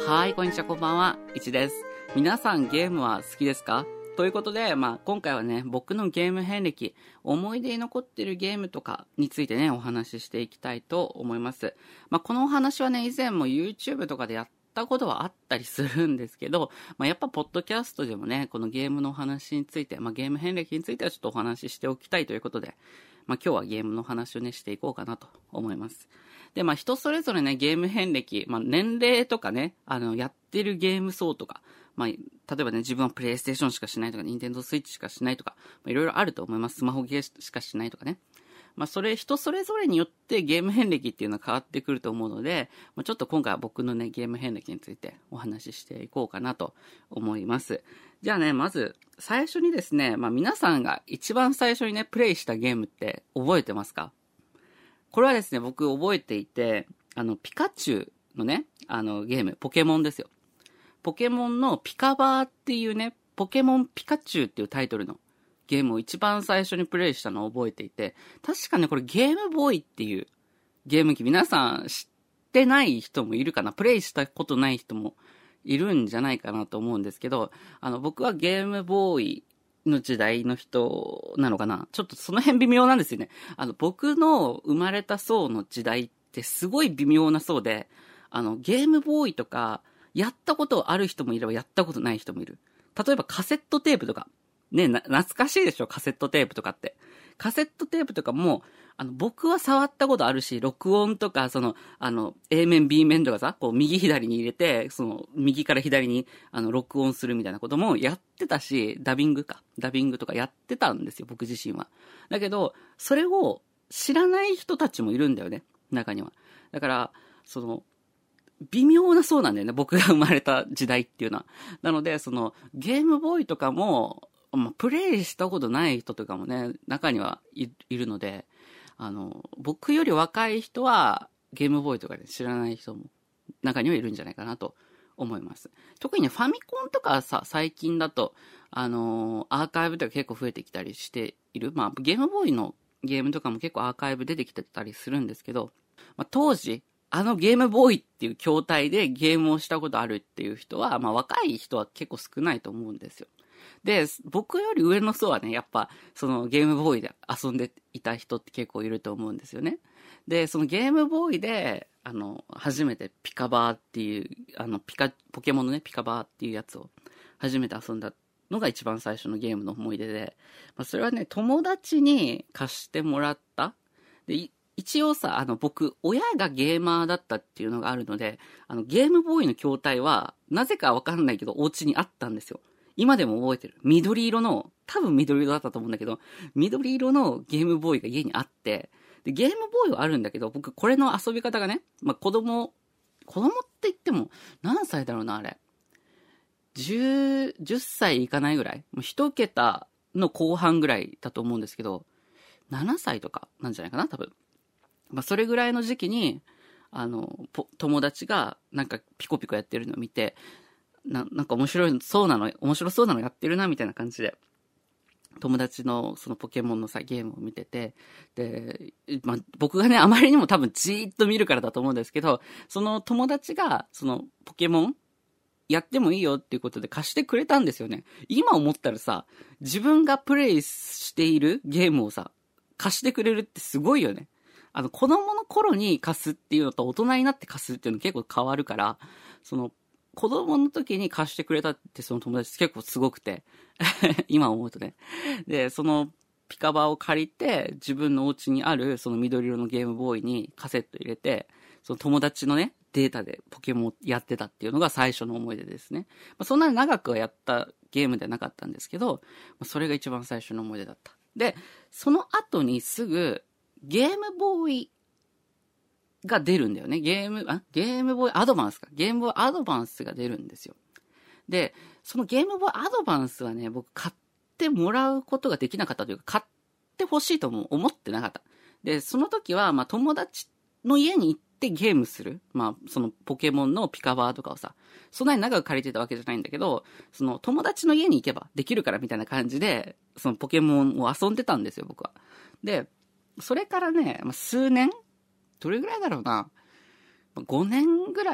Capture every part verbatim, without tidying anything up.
はい、こんにちは、こんばんは。いちです。皆さんゲームは好きですか？ということで、まあ、今回はね、僕のゲーム遍歴、思い出に残っているゲームとかについてね、お話ししていきたいと思います。まあ、このお話はね、以前も YouTube とかでやったことはあったりするんですけど、まあ、やっぱポッドキャストでもね、このゲームのお話について、まあ、ゲーム遍歴についてはちょっとお話ししておきたいということで、まあ、今日はゲームの話をね、していこうかなと思います。で、まあ、人それぞれね、ゲーム遍歴、まあ、年齢とかね、あの、やってるゲーム層とか、まあ、例えばね、自分はプレイステーションしかしないとか、ニンテンドースイッチしかしないとか、まあ、いろいろあると思います。スマホゲーしかしないとかね。まあ、それ、人それぞれによってゲーム遍歴っていうのは変わってくると思うので、まあ、ちょっと今回は僕のね、ゲーム遍歴についてお話ししていこうかなと思います。じゃあね、まず、最初にですね、まあ、皆さんが一番最初にね、プレイしたゲームって覚えてますか？これはですね、僕覚えていて、あの、ピカチュウのね、あの、ゲーム、ポケモンですよ。ポケモンのピカバーっていうね、ポケモンピカチュウっていうタイトルのゲームを一番最初にプレイしたのを覚えていて、確かね、これゲームボーイっていうゲーム機、皆さん知ってない人もいるかな？プレイしたことない人もいるんじゃないかなと思うんですけど、あの、僕はゲームボーイの時代の人なのかな？ちょっとその辺微妙なんですよね。あの、僕の生まれた層の時代ってすごい微妙な層で、あの、ゲームボーイとか、やったことある人もいればやったことない人もいる。例えばカセットテープとか。ね、な、懐かしいでしょ？カセットテープとかって。カセットテープとかも、あの、僕は触ったことあるし、録音とか、その、あの、A 面、B 面とかさ、こう、右左に入れて、その、右から左に、あの、録音するみたいなこともやってたし、ダビングか。ダビングとかやってたんですよ、僕自身は。だけど、それを知らない人たちもいるんだよね、中には。だから、その、微妙なそうなんだよね、僕が生まれた時代っていうのは。なので、その、ゲームボーイとかも、まあ、プレイしたことない人とかもね、中にはいいるので、あの、僕より若い人は、ゲームボーイとかで知らない人も中にはいるんじゃないかなと思います。特にね、ファミコンとかさ、最近だと、あの、アーカイブとか結構増えてきたりしている。まあ、ゲームボーイのゲームとかも結構アーカイブ出てきてたりするんですけど、まあ、当時、あのゲームボーイっていう筐体でゲームをしたことあるっていう人は、まあ若い人は結構少ないと思うんですよ。で、僕より上の層はね、やっぱ、そのゲームボーイで遊んでいた人って結構いると思うんですよね。で、そのゲームボーイで、あの、初めてピカバーっていう、あの、ピカ、ポケモンのね、ピカバーっていうやつを初めて遊んだのが一番最初のゲームの思い出で、まあ、それはね、友達に貸してもらった。で、一応さ、あの、僕、親がゲーマーだったっていうのがあるので、あの、ゲームボーイの筐体は、なぜかわかんないけど、お家にあったんですよ。今でも覚えてる。緑色の、多分緑色だったと思うんだけど、緑色のゲームボーイが家にあって、で、ゲームボーイはあるんだけど、僕、これの遊び方がね、まあ、子供、子供って言っても、何歳だろうな、あれ。10、じゅっさいいかないぐらい？もう一桁の後半ぐらいだと思うんですけど、ななさいとかなんじゃないかな、多分。まあ、それぐらいの時期に、あの、友達がなんかピコピコやってるのを見て、な、なんか面白いそうなの、面白そうなのやってるな、みたいな感じで、友達のそのポケモンのさ、ゲームを見てて、で、まあ、僕がね、あまりにも多分じーっと見るからだと思うんですけど、その友達が、そのポケモンやってもいいよっていうことで貸してくれたんですよね。今思ったらさ、自分がプレイしているゲームをさ、貸してくれるってすごいよね。あの、子供の頃に貸すっていうのと大人になって貸すっていうの結構変わるから、その、子供の時に貸してくれたってその友達結構すごくて、今思うとね。で、そのピカバーを借りて、自分のお家にあるその緑色のゲームボーイにカセット入れて、その友達のね、データでポケモンをやってたっていうのが最初の思い出ですね。まあ、そんなに長くはやったゲームではなかったんですけど、まあ、それが一番最初の思い出だった。で、その後にすぐ、ゲームボーイが出るんだよね。ゲーム、あ、ゲームボーイアドバンスか。ゲームボーイアドバンスが出るんですよ。で、そのゲームボーイアドバンスはね、僕買ってもらうことができなかったというか、買ってほしいとも思ってなかった。で、その時は、まあ友達の家に行ってゲームする。まあ、そのポケモンのピカバーとかをさ、そんなに長く借りてたわけじゃないんだけど、その友達の家に行けばできるからみたいな感じで、そのポケモンを遊んでたんですよ、僕は。で、それからね、まあ、数年どれぐらいだろうな。ごねんぐらい経っ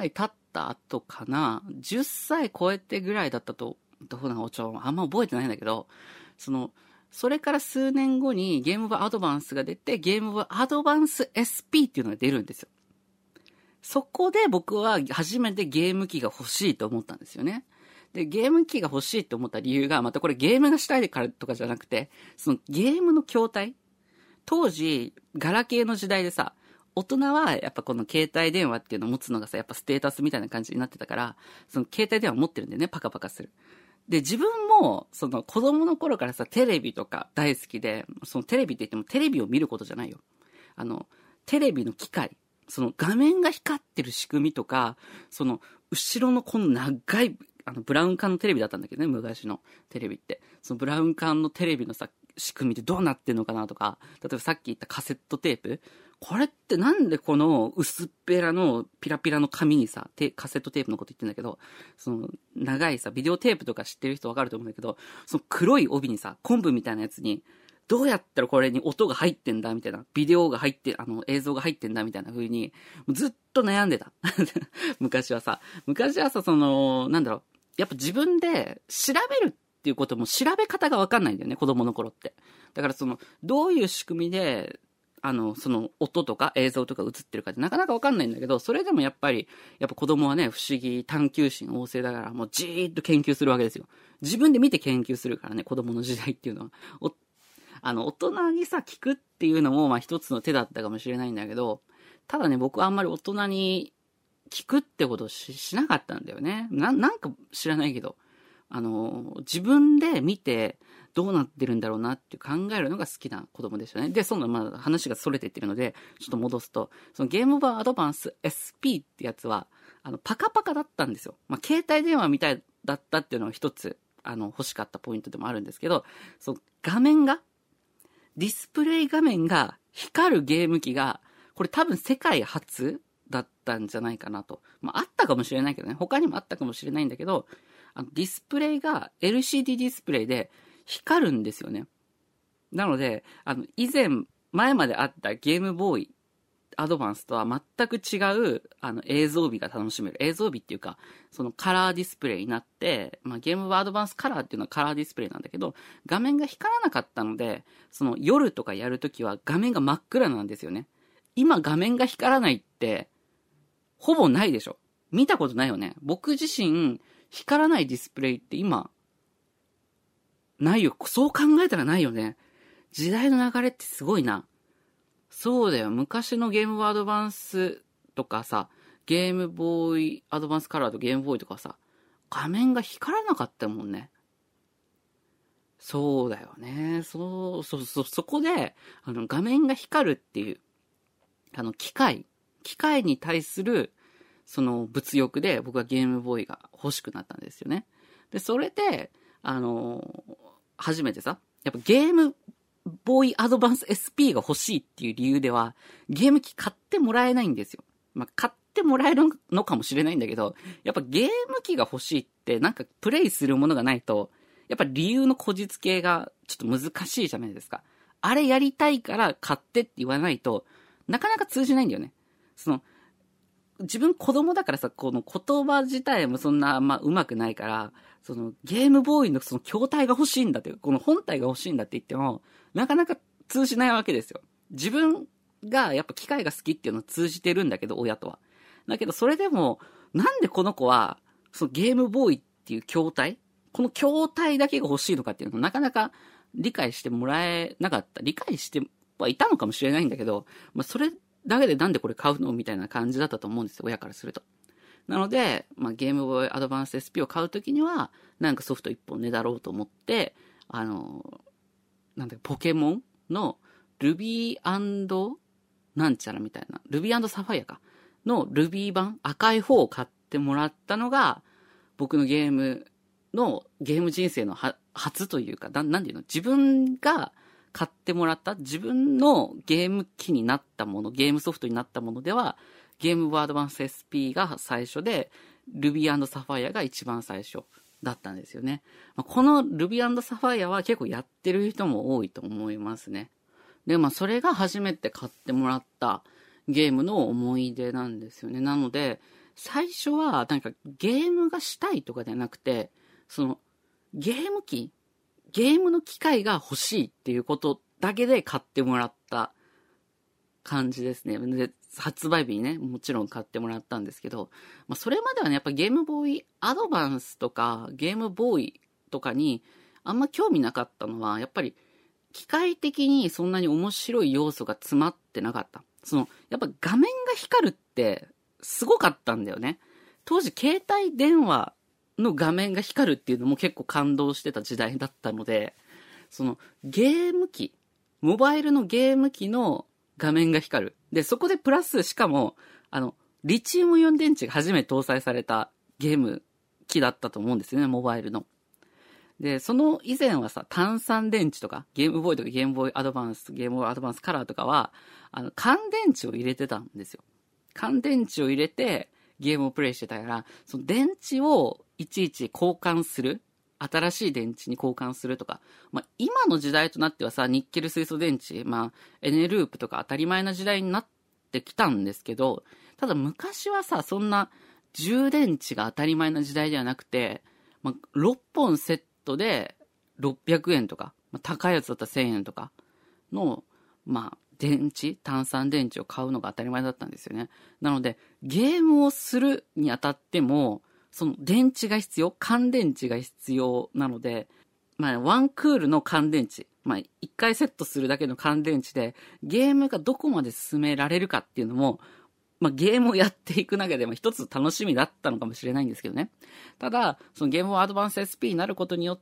った後かな、じゅっさい超えてぐらいだったと、どうなのちょ、あんま覚えてないんだけど、その、それから数年後にゲームボーイアドバンスが出て、ゲームボーイアドバンス エスピー っていうのが出るんですよ。そこで僕は初めてゲーム機が欲しいと思ったんですよね。で、ゲーム機が欲しいと思った理由が、またこれゲームがしたいからとかじゃなくて、そのゲームの筐体。当時、ガラケーの時代でさ、大人はやっぱこの携帯電話っていうのを持つのがさ、やっぱステータスみたいな感じになってたから、その携帯電話持ってるんだよね、パカパカする。で、自分も、その子供の頃からさ、テレビとか大好きで、そのテレビって言ってもテレビを見ることじゃないよ。あの、テレビの機械、その画面が光ってる仕組みとか、その後ろのこの長い、あの、ブラウン管のテレビだったんだけどね、昔のテレビって。そのブラウン管のテレビのさ、仕組みってどうなってんのかなとか、例えばさっき言ったカセットテープ、これってなんでこの薄っぺらのピラピラの紙にさ、カセットテープのこと言ってんだけど、その長いさ、ビデオテープとか知ってる人わかると思うんだけど、その黒い帯にさ、昆布みたいなやつに、どうやったらこれに音が入ってんだみたいな、ビデオが入って、あの映像が入ってんだみたいな風に、ずっと悩んでた。昔はさ、昔はさ、その、なんだろう、やっぱ自分で調べるっていうことも調べ方がわかんないんだよね、子供の頃って。だからその、どういう仕組みで、あの、その音とか映像とか映ってるかってなかなかわかんないんだけど、それでもやっぱり、やっぱ子供はね、不思議、探求心旺盛だから、もうじーっと研究するわけですよ。自分で見て研究するからね、子供の時代っていうのは。おあの、大人にさ、聞くっていうのも、まあ一つの手だったかもしれないんだけど、ただね、僕はあんまり大人に聞くってことを し, しなかったんだよね。な、なんか知らないけど、あの、自分で見て、どうなってるんだろうなって考えるのが好きな子供でしたね。で、その、まあ、話が逸れていってるので、ちょっと戻すと、そのゲームボーイアドバンス エスピー ってやつは、あの、パカパカだったんですよ。まあ、携帯電話みたいだったっていうのは一つ、あの、欲しかったポイントでもあるんですけど、その画面が、ディスプレイ画面が光るゲーム機が、これ多分世界初だったんじゃないかなと。まあ、あったかもしれないけどね。他にもあったかもしれないんだけど、あのディスプレイが エルシーディー ディスプレイで光るんですよね。なので、あの、以前、前まであったゲームボーイアドバンスとは全く違う、あの、映像美が楽しめる。映像美っていうか、そのカラーディスプレイになって、まあ、ゲームボーイアドバンスカラーっていうのはカラーディスプレイなんだけど、画面が光らなかったので、その夜とかやるときは画面が真っ暗なんですよね。今画面が光らないって、ほぼないでしょ。見たことないよね。僕自身、光らないディスプレイって今、ないよ。そう考えたらないよね。時代の流れってすごいな。そうだよ。昔のゲームボーイアドバンスとかさ、ゲームボーイアドバンスカラーとゲームボーイとかさ、画面が光らなかったもんね。そうだよね。そう、そう、そう、そこで、あの、画面が光るっていう、あの、機械、機械に対する、その物欲で僕はゲームボーイが欲しくなったんですよね。で、それで、あの、初めてさ、やっぱゲームボーイアドバンス エスピー が欲しいっていう理由では、ゲーム機買ってもらえないんですよ。まあ、買ってもらえるのかもしれないんだけど、やっぱゲーム機が欲しいって、なんかプレイするものがないと、やっぱ理由のこじつけがちょっと難しいじゃないですか。あれやりたいから買ってって言わないと、なかなか通じないんだよね。その、自分子供だからさ、この言葉自体もそんな、まあ、上手くないから、その、ゲームボーイのその筐体が欲しいんだって、この本体が欲しいんだって言っても、なかなか通じないわけですよ。自分がやっぱ機械が好きっていうのは通じてるんだけど、親とは。だけどそれでも、なんでこの子は、そのゲームボーイっていう筐体この筐体だけが欲しいのかっていうのをなかなか理解してもらえなかった。理解してはいたのかもしれないんだけど、まあ、それだけでなんでこれ買うのみたいな感じだったと思うんですよ、親からすると。なので、まあ、ゲームボーイアドバンス エスピー を買うときには、なんかソフト一本ねだろうと思って、あの、なんだっけ、ポケモンのルビー&なんちゃらみたいな、ルビー&サファイアか、のルビー版、赤い方を買ってもらったのが、僕のゲームの、ゲーム人生のは初というか、ななんていうの、自分が買ってもらった、自分のゲーム機になったもの、ゲームソフトになったものでは、ゲームボーイアドバンス エスピー が最初で、ルビー&サファイアが一番最初だったんですよね。このルビー&サファイアは結構やってる人も多いと思いますね。で、まあそれが初めて買ってもらったゲームの思い出なんですよね。なので、 最初はなんかゲームがしたいとかじゃなくて、そのゲーム機、ゲームの機械が欲しいっていうことだけで買ってもらった感じですね。で、発売日にね、もちろん買ってもらったんですけど、まあ、それまではね、やっぱゲームボーイアドバンスとかゲームボーイとかにあんま興味なかったのは、やっぱり機械的にそんなに面白い要素が詰まってなかった。その、やっぱ画面が光るってすごかったんだよね。当時携帯電話の画面が光るっていうのも結構感動してた時代だったので、そのゲーム機、モバイルのゲーム機の画面が光る。で、そこでプラス、しかも、あの、リチウムイオン電池が初めて搭載されたゲーム機だったと思うんですよね、モバイルの。で、その以前はさ、単酸電池とか、ゲームボーイとかゲームボーイアドバンス、ゲームボーイアドバンスカラーとかは、あの、乾電池を入れてたんですよ。乾電池を入れてゲームをプレイしてたから、その電池をいちいち交換する。新しい電池に交換するとか、まあ、今の時代となってはさ、ニッケル水素電池、まあ、エネループとか当たり前な時代になってきたんですけど、ただ昔はさ、そんな充電池が当たり前な時代ではなくて、まあ、ろっぽんセットでろっぴゃくえんとか、まあ、高いやつだったらせんえんとかの、まあ、電池、単酸電池を買うのが当たり前だったんですよね。なので、ゲームをするにあたっても、その電池が必要、乾電池が必要なので、まあ、ワンクールの乾電池、まあ、一回セットするだけの乾電池で、ゲームがどこまで進められるかっていうのも、まあ、ゲームをやっていく中でも一つ楽しみだったのかもしれないんですけどね。ただ、そのゲームをアドバンス エスピー になることによって、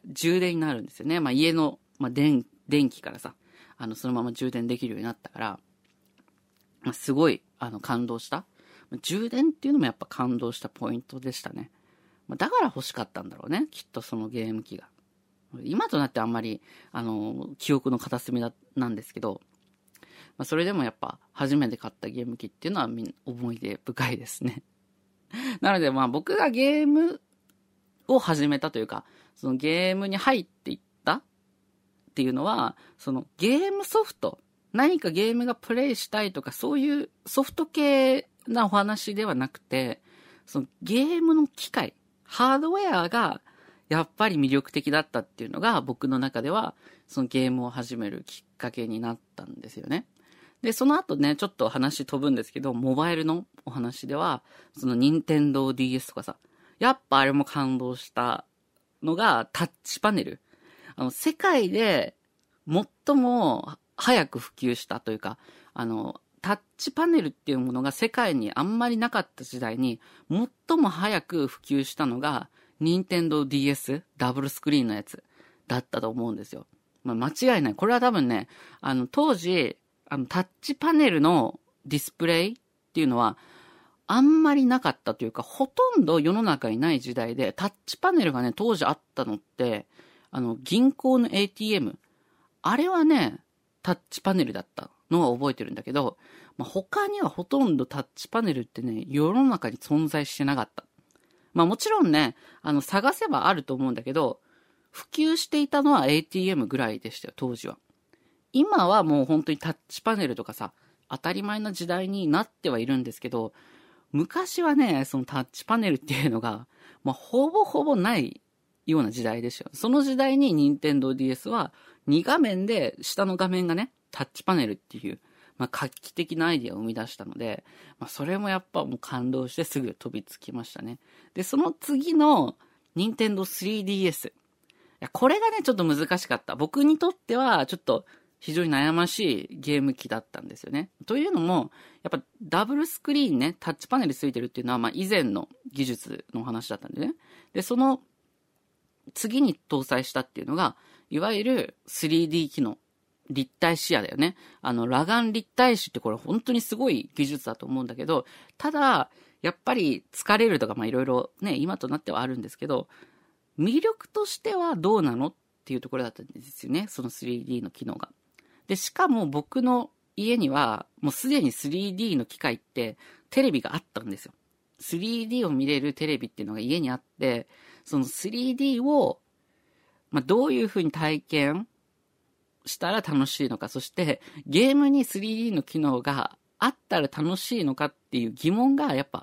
充電になるんですよね。まあ、家の、まあ、電、電気からさ、あの、そのまま充電できるようになったから、まあ、すごい、あの、感動した。充電っていうのもやっぱ感動したポイントでしたね。だから欲しかったんだろうね。きっとそのゲーム機が。今となってあんまり、あの、記憶の片隅だ、なんですけど、まあ、それでもやっぱ初めて買ったゲーム機っていうのはみん思い出深いですね。なのでまあ僕がゲームを始めたというか、そのゲームに入っていったっていうのは、そのゲームソフト、何かゲームがプレイしたいとかそういうソフト系なお話ではなくて、そのゲームの機械、ハードウェアがやっぱり魅力的だったっていうのが僕の中ではそのゲームを始めるきっかけになったんですよね。で、その後ね、ちょっと話飛ぶんですけど、モバイルのお話では、その任天堂 ディーエス とかさ、やっぱあれも感動したのがタッチパネル。あの、世界で最も早く普及したというか、あの、タッチパネルっていうものが世界にあんまりなかった時代に、最も早く普及したのが、任天堂 ディーエス、ダブルスクリーンのやつだったと思うんですよ。まあ、間違いない。これは多分ね、あの、当時、あの、タッチパネルのディスプレイっていうのは、あんまりなかったというか、ほとんど世の中にない時代で、タッチパネルがね、当時あったのって、あの、銀行の エーティーエム、あれはね、タッチパネルだったのは覚えてるんだけど、まあ、他にはほとんどタッチパネルってね、世の中に存在してなかった。まあもちろんね、あの、探せばあると思うんだけど、普及していたのは エーティーエム ぐらいでしたよ、当時は。今はもう本当にタッチパネルとかさ、当たり前な時代になってはいるんですけど、昔はね、そのタッチパネルっていうのが、まあ、ほぼほぼないような時代でしたよ。その時代に任天堂 ディーエス はに画面で下の画面がね、タッチパネルっていう、まあ、画期的なアイディアを生み出したので、まあ、それもやっぱもう感動してすぐ飛びつきましたね。で、その次の任天堂 スリーディーエス。いや、これがね、ちょっと難しかった。僕にとっては、ちょっと、非常に悩ましいゲーム機だったんですよね。というのも、やっぱダブルスクリーンね、タッチパネルついてるっていうのは、まあ以前の技術の話だったんでね。で、その次に搭載したっていうのが、いわゆる スリーディー 機能。立体視野だよね。あの、裸眼立体視ってこれ本当にすごい技術だと思うんだけど、ただ、やっぱり疲れるとか、まあいろいろね、今となってはあるんですけど、魅力としてはどうなのっていうところだったんですよね。その スリーディー の機能が。で、しかも僕の家には、もうすでに スリーディー の機械ってテレビがあったんですよ。スリーディー を見れるテレビっていうのが家にあって、その スリーディー を、まあ、どういうふうに体験したら楽しいのか、そしてゲームに スリーディー の機能があったら楽しいのかっていう疑問がやっぱ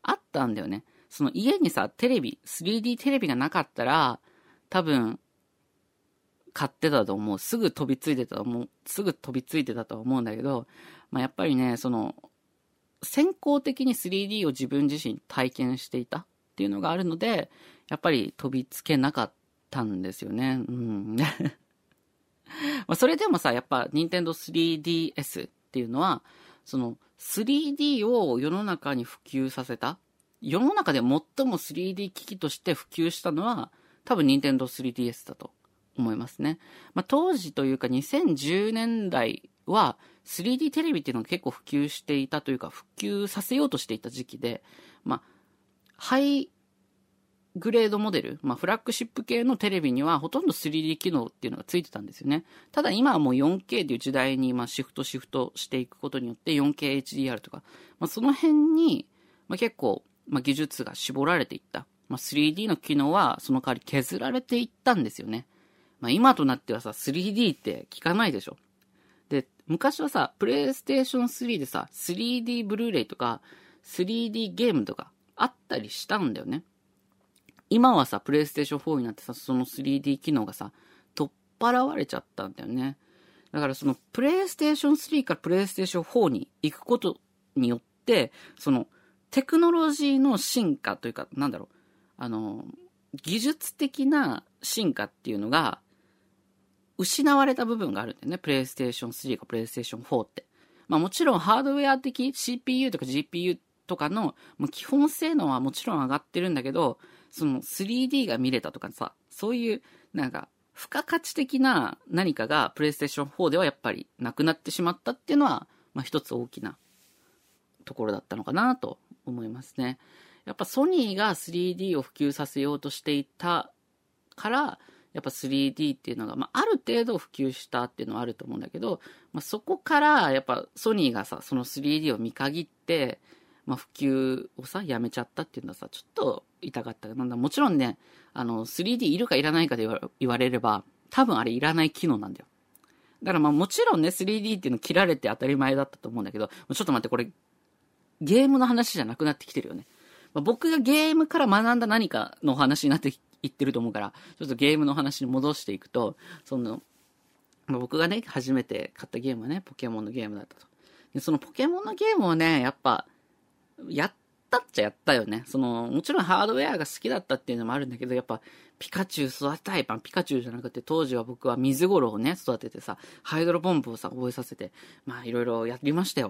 あったんだよね。その家にさ、テレビ、スリーディー テレビがなかったら、多分、買ってたと思う。すぐ飛びついてたと思う。すぐ飛びついてたと思うんだけど、まあ、やっぱりね、その、先行的に スリーディー を自分自身体験していたっていうのがあるので、やっぱり飛びつけなかったんですよね。うん。まあそれでもさ、やっぱ ニンテンドースリーディーエス っていうのは、その スリーディー を世の中に普及させた。世の中で最も スリーディー 機器として普及したのは、多分 ニンテンドースリーディーエス だと思いますね。まあ当時というかにせんじゅうねんだいは スリーディー テレビっていうのが結構普及していたというか、普及させようとしていた時期で、まあ、ハイグレードモデル、まあ、フラッグシップ系のテレビにはほとんど スリーディー 機能っていうのがついてたんですよね。ただ今はもう よんケー という時代にまあシフトシフトしていくことによって よんケーエイチディーアール とか、まあ、その辺にまあ結構まあ技術が絞られていった。まあ、スリーディー の機能はその代わり削られていったんですよね。まあ、今となってはさ、スリーディー って聞かないでしょ。で、昔はさ、プレイステーションスリーでさ、スリーディー ブルーレイとか、スリーディー ゲームとかあったりしたんだよね。今はさ、プレイステーションフォーになってさ、その スリーディー 機能がさ、取っ払われちゃったんだよね。だからその、プレイステーションスリーからプレイステーションフォーに行くことによって、その、テクノロジーの進化というか、なんだろう、あの、技術的な進化っていうのが、失われた部分があるんだよね。プレイステーションスリーかプレイステーションフォーって。まあもちろんハードウェア的 シーピーユー とか ジーピーユー とかのもう基本性能はもちろん上がってるんだけど、その スリーディー が見れたとかさ、そういうなんか付加価値的な何かがプレイステーションフォーではやっぱりなくなってしまったっていうのは、まあ一つ大きなところだったのかなと思いますね。やっぱソニーが スリーディー を普及させようとしていたから、やっぱ スリーディー っていうのが、まあ、ある程度普及したっていうのはあると思うんだけど、まあ、そこからやっぱソニーがさ、その スリーディー を見限って、まあ、普及をさ、やめちゃったっていうのはさ、ちょっと痛かった。なんだ、もちろんね、あの、スリーディー いるかいらないかで言わ言われれば、多分あれいらない機能なんだよ。だからまあもちろんね、スリーディー っていうの切られて当たり前だったと思うんだけど、ちょっと待って、これ、ゲームの話じゃなくなってきてるよね。まあ、僕がゲームから学んだ何かの話になっていってると思うから、ちょっとゲームの話に戻していくと、その、まあ、僕がね、初めて買ったゲームはね、ポケモンのゲームだったと。で、そのポケモンのゲームをね、やっぱ、やったっちゃやったよね。その、もちろんハードウェアが好きだったっていうのもあるんだけど、やっぱ、ピカチュウ育てたい。まあ、ピカチュウじゃなくて、当時は僕は水ゴロをね、育ててさ、ハイドロポンプをさ、覚えさせて、まあ、いろいろやりましたよ。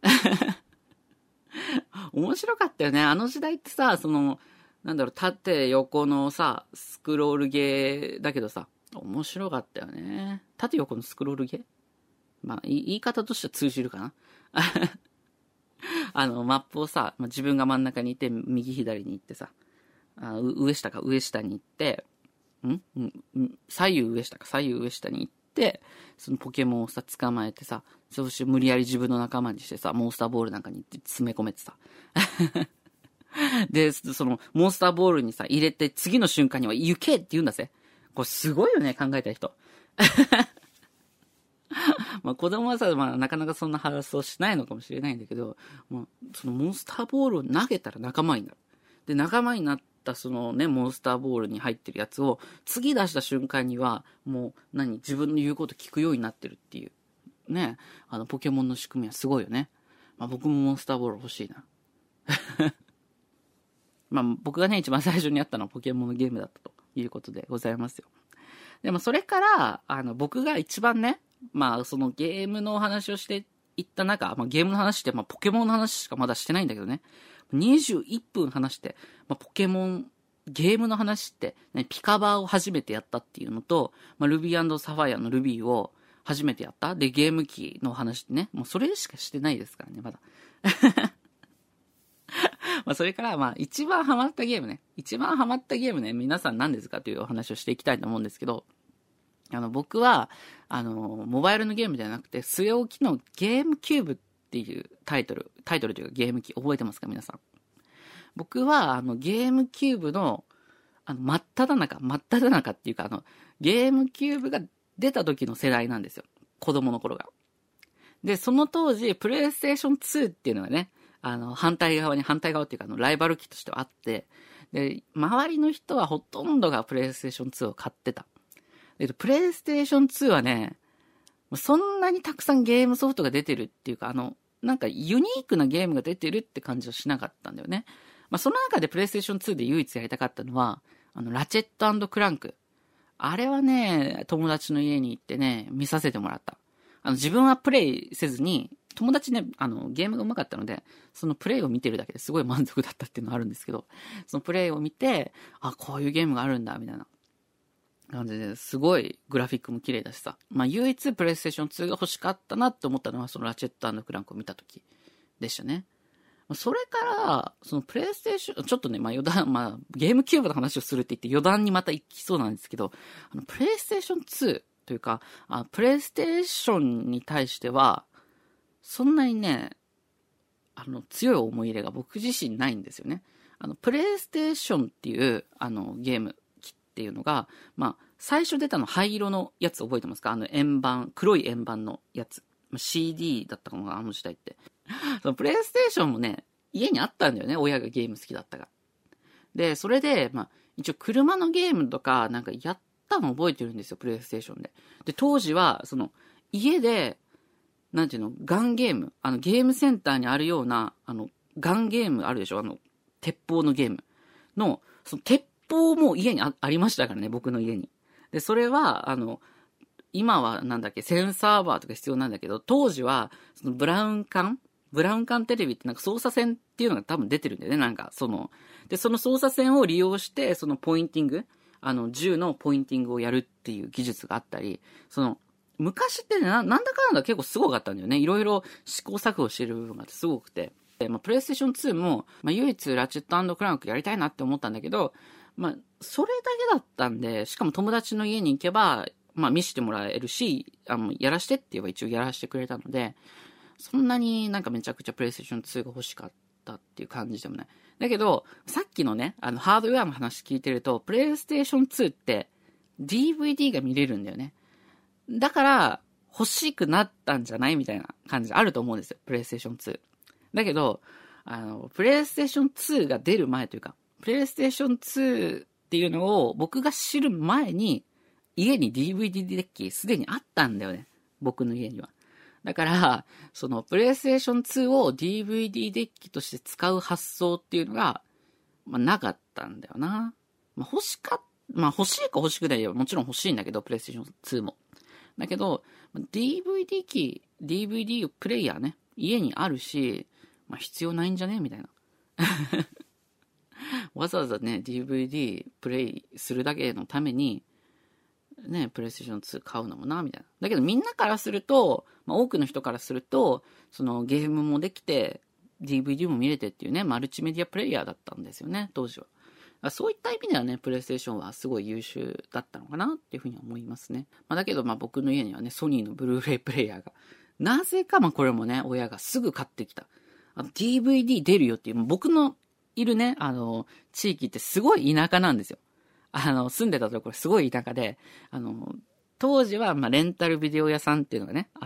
面白かったよね。あの時代ってさ、その、なんだろう、縦横のさ、スクロールゲーだけどさ、面白かったよね。縦横のスクロールゲーまあ、言い方としては通じるかな。あの、マップをさ、自分が真ん中にいて、右左に行ってさ、あ上下か、上下に行って、んん左右上下か、左右上下に行って、そのポケモンをさ、捕まえてさ、そして無理やり自分の仲間にしてさ、モンスターボールなんかに詰め込めてさ。で、その、モンスターボールにさ、入れて、次の瞬間には、行けって言うんだぜ。これすごいよね、考えた人。まあ子供はさ、まあなかなかそんな発想しないのかもしれないんだけど、まあ、そのモンスターボールを投げたら仲間になる。で、仲間になったそのね、モンスターボールに入ってるやつを、次出した瞬間には、もう、何、自分の言うこと聞くようになってるっていう。ね、あの、ポケモンの仕組みはすごいよね。まあ僕もモンスターボール欲しいな。まあ僕がね、一番最初にやったのはポケモンのゲームだったということでございますよ。でもそれから、あの、僕が一番ね、まあそのゲームのお話をしていった中、まあゲームの話って、まあポケモンの話しかまだしてないんだけどね。にじゅういっぷん話して、まあポケモン、ゲームの話って、ね、ピカバーを初めてやったっていうのと、まあルビー&サファイアのルビーを初めてやった。で、ゲーム機の話ってね、もうそれしかしてないですからね、まだ。まあそれから、まあ一番ハマったゲームね。一番ハマったゲームね、皆さん何ですかというお話をしていきたいと思うんですけど、あの、僕は、あの、モバイルのゲームじゃなくて、据え置きのゲームキューブっていうタイトル、タイトルというかゲーム機、覚えてますか皆さん。僕は、あの、ゲームキューブの、あの、真っ只中、真っ只中っていうか、あの、ゲームキューブが出た時の世代なんですよ。子供の頃が。で、その当時、プレイステーションツーっていうのがね、 あの、反対側に、反対側っていうか、あの、ライバル機としてはあって、で、周りの人はほとんどがプレイステーションツーを買ってた。えっと、プレイステーションツーはね、そんなにたくさんゲームソフトが出てるっていうか、あの、なんかユニークなゲームが出てるって感じはしなかったんだよね。まあ、その中でプレイステーションツーで唯一やりたかったのは、あの、ラチェット&クランク。あれはね、友達の家に行ってね、見させてもらった。あの、自分はプレイせずに、友達ね、あの、ゲームが上手かったので、そのプレイを見てるだけですごい満足だったっていうのがあるんですけど、そのプレイを見て、あ、こういうゲームがあるんだ、みたいな感じですごいグラフィックも綺麗だしさ。まあ、唯一プレイステーションツーが欲しかったなって思ったのは、そのラチェット&クランクを見た時でしたね。それから、そのプレイステーション、ちょっとね、まあ余談、まあゲームキューブの話をするって言って余談にまた行きそうなんですけど、あの、プレイステーションツーというか、あプレイステーションに対しては、そんなにね、あの、強い思い入れが僕自身ないんですよね。あの、プレイステーションっていう、あの、ゲーム機っていうのが、まあ、最初出たの灰色のやつ覚えてますか？あの、円盤、黒い円盤のやつ。シーディー だったかもな、あの時代って。そのプレイステーションもね、家にあったんだよね、親がゲーム好きだったから。で、それで、まあ、一応車のゲームとか、なんかやったの覚えてるんですよ、プレイステーションで。で、当時は、その、家で、なんていうの、ガンゲーム、あの、ゲームセンターにあるような、あの、ガンゲームあるでしょ、あの、鉄砲のゲームの、その、鉄砲も家に あ, ありましたからね、僕の家に。で、それは、あの、今はなんだっけ、センサーバーとか必要なんだけど、当時は、そのブラウン管ブラウン管テレビってなんか操作線っていうのが多分出てるんだよね、なんか、その、で、その操作線を利用して、そのポインティング、あの、銃のポインティングをやるっていう技術があったり、その、昔ってね、ななんだかんだ結構すごかったんだよね。いろいろ試行錯誤してる部分があってすごくて。で、まあ、プレイステーションツーも、まあ、唯一ラチェット&クランクやりたいなって思ったんだけど、まあ、それだけだったんで、しかも友達の家に行けば、まあ見せてもらえるし、あの、やらしてって言えば一応やらしてくれたので、そんなになんかめちゃくちゃプレイステーションツーが欲しかったっていう感じでもない。だけど、さっきのね、あの、ハードウェアの話聞いてると、プレイステーションツーって ディーブイディー が見れるんだよね。だから、欲しくなったんじゃないみたいな感じあると思うんですよ、プレイステーションツー。だけど、あの、プレイステーションツーが出る前というか、プレイステーションツーっていうのを僕が知る前に、家に ディーブイディー デッキすでにあったんだよね。僕の家には。だから、その、プレイステーションツーを ディーブイディー デッキとして使う発想っていうのが、まあ、なかったんだよな。まあ、欲しかっ、まあ、欲しいか欲しくないよ。もちろん欲しいんだけど、プレイステーションツーも。だけど、ディーブイディー 機、ディーブイディー プレイヤーね、家にあるし、まあ、必要ないんじゃねみたいな。わざわざね、ディーブイディー プレイするだけのために、ね、プレイステーションツー買うのもな、みたいな。だけどみんなからすると、まあ、多くの人からすると、そのゲームもできて、ディーブイディー も見れてっていうね、マルチメディアプレイヤーだったんですよね、当時は。そういった意味ではね、プレイステーションはすごい優秀だったのかなっていうふうに思いますね。まあ、だけどまあ僕の家にはね、ソニーのブルーレイプレイヤーが、なぜかまあこれもね、親がすぐ買ってきた。あの ディーブイディー 出るよっていう、僕のいるね、あの、地域ってすごい田舎なんですよ。あの、住んでたところすごい田舎で、あの、当時は、まあ、レンタルビデオ屋さんっていうのがね、あって、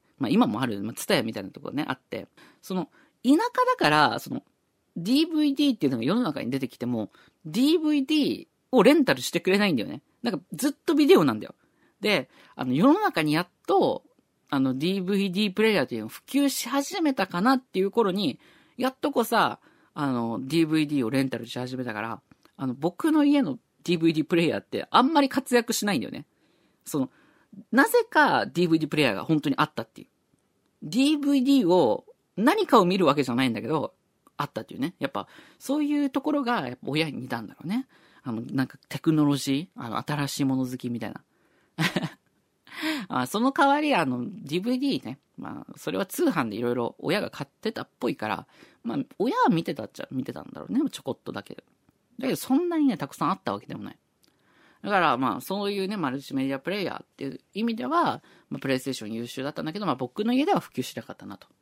まあ、今もある、まあ、ツタヤみたいなところね、あって、その、田舎だから、その、ディーブイディー っていうのが世の中に出てきても、ディーブイディー をレンタルしてくれないんだよね。なんか、ずっとビデオなんだよ。で、あの、世の中にやっと、あの、ディーブイディー プレイヤーっていうのを普及し始めたかなっていう頃に、やっとこさ、あの、ディーブイディー をレンタルし始めたから、あの、僕の家のディーブイディー プレイヤーってあんまり活躍しないんだよね。その、なぜか ディーブイディー プレイヤーが本当にあったっていう。ディーブイディー を何かを見るわけじゃないんだけど、あったっていうね。やっぱ、そういうところがやっぱ親に似たんだろうね。あの、なんかテクノロジー、あの、新しいもの好きみたいな。あその代わり、あの、ディーブイディー ね。まあ、それは通販でいろいろ親が買ってたっぽいから、まあ、親は見てたっちゃ見てたんだろうね。ちょこっとだけ。だけど、そんなにね、たくさんあったわけでもない。だから、まあ、そういうね、マルチメディアプレイヤーっていう意味では、まあ、プレイステーション優秀だったんだけど、まあ、僕の家では普及しなかったなと。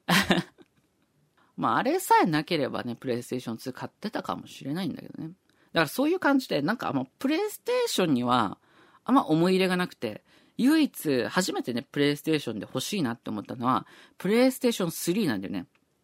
まあ、あれさえなければね、プレイステーションツー買ってたかもしれないんだけどね。だからそういう感じで、なんか、あの、プレイステーションには、あんま思い入れがなくて、唯一、初めてね、プレイステーションで欲しいなって思ったのは、プレイステーションスリーなんだよね。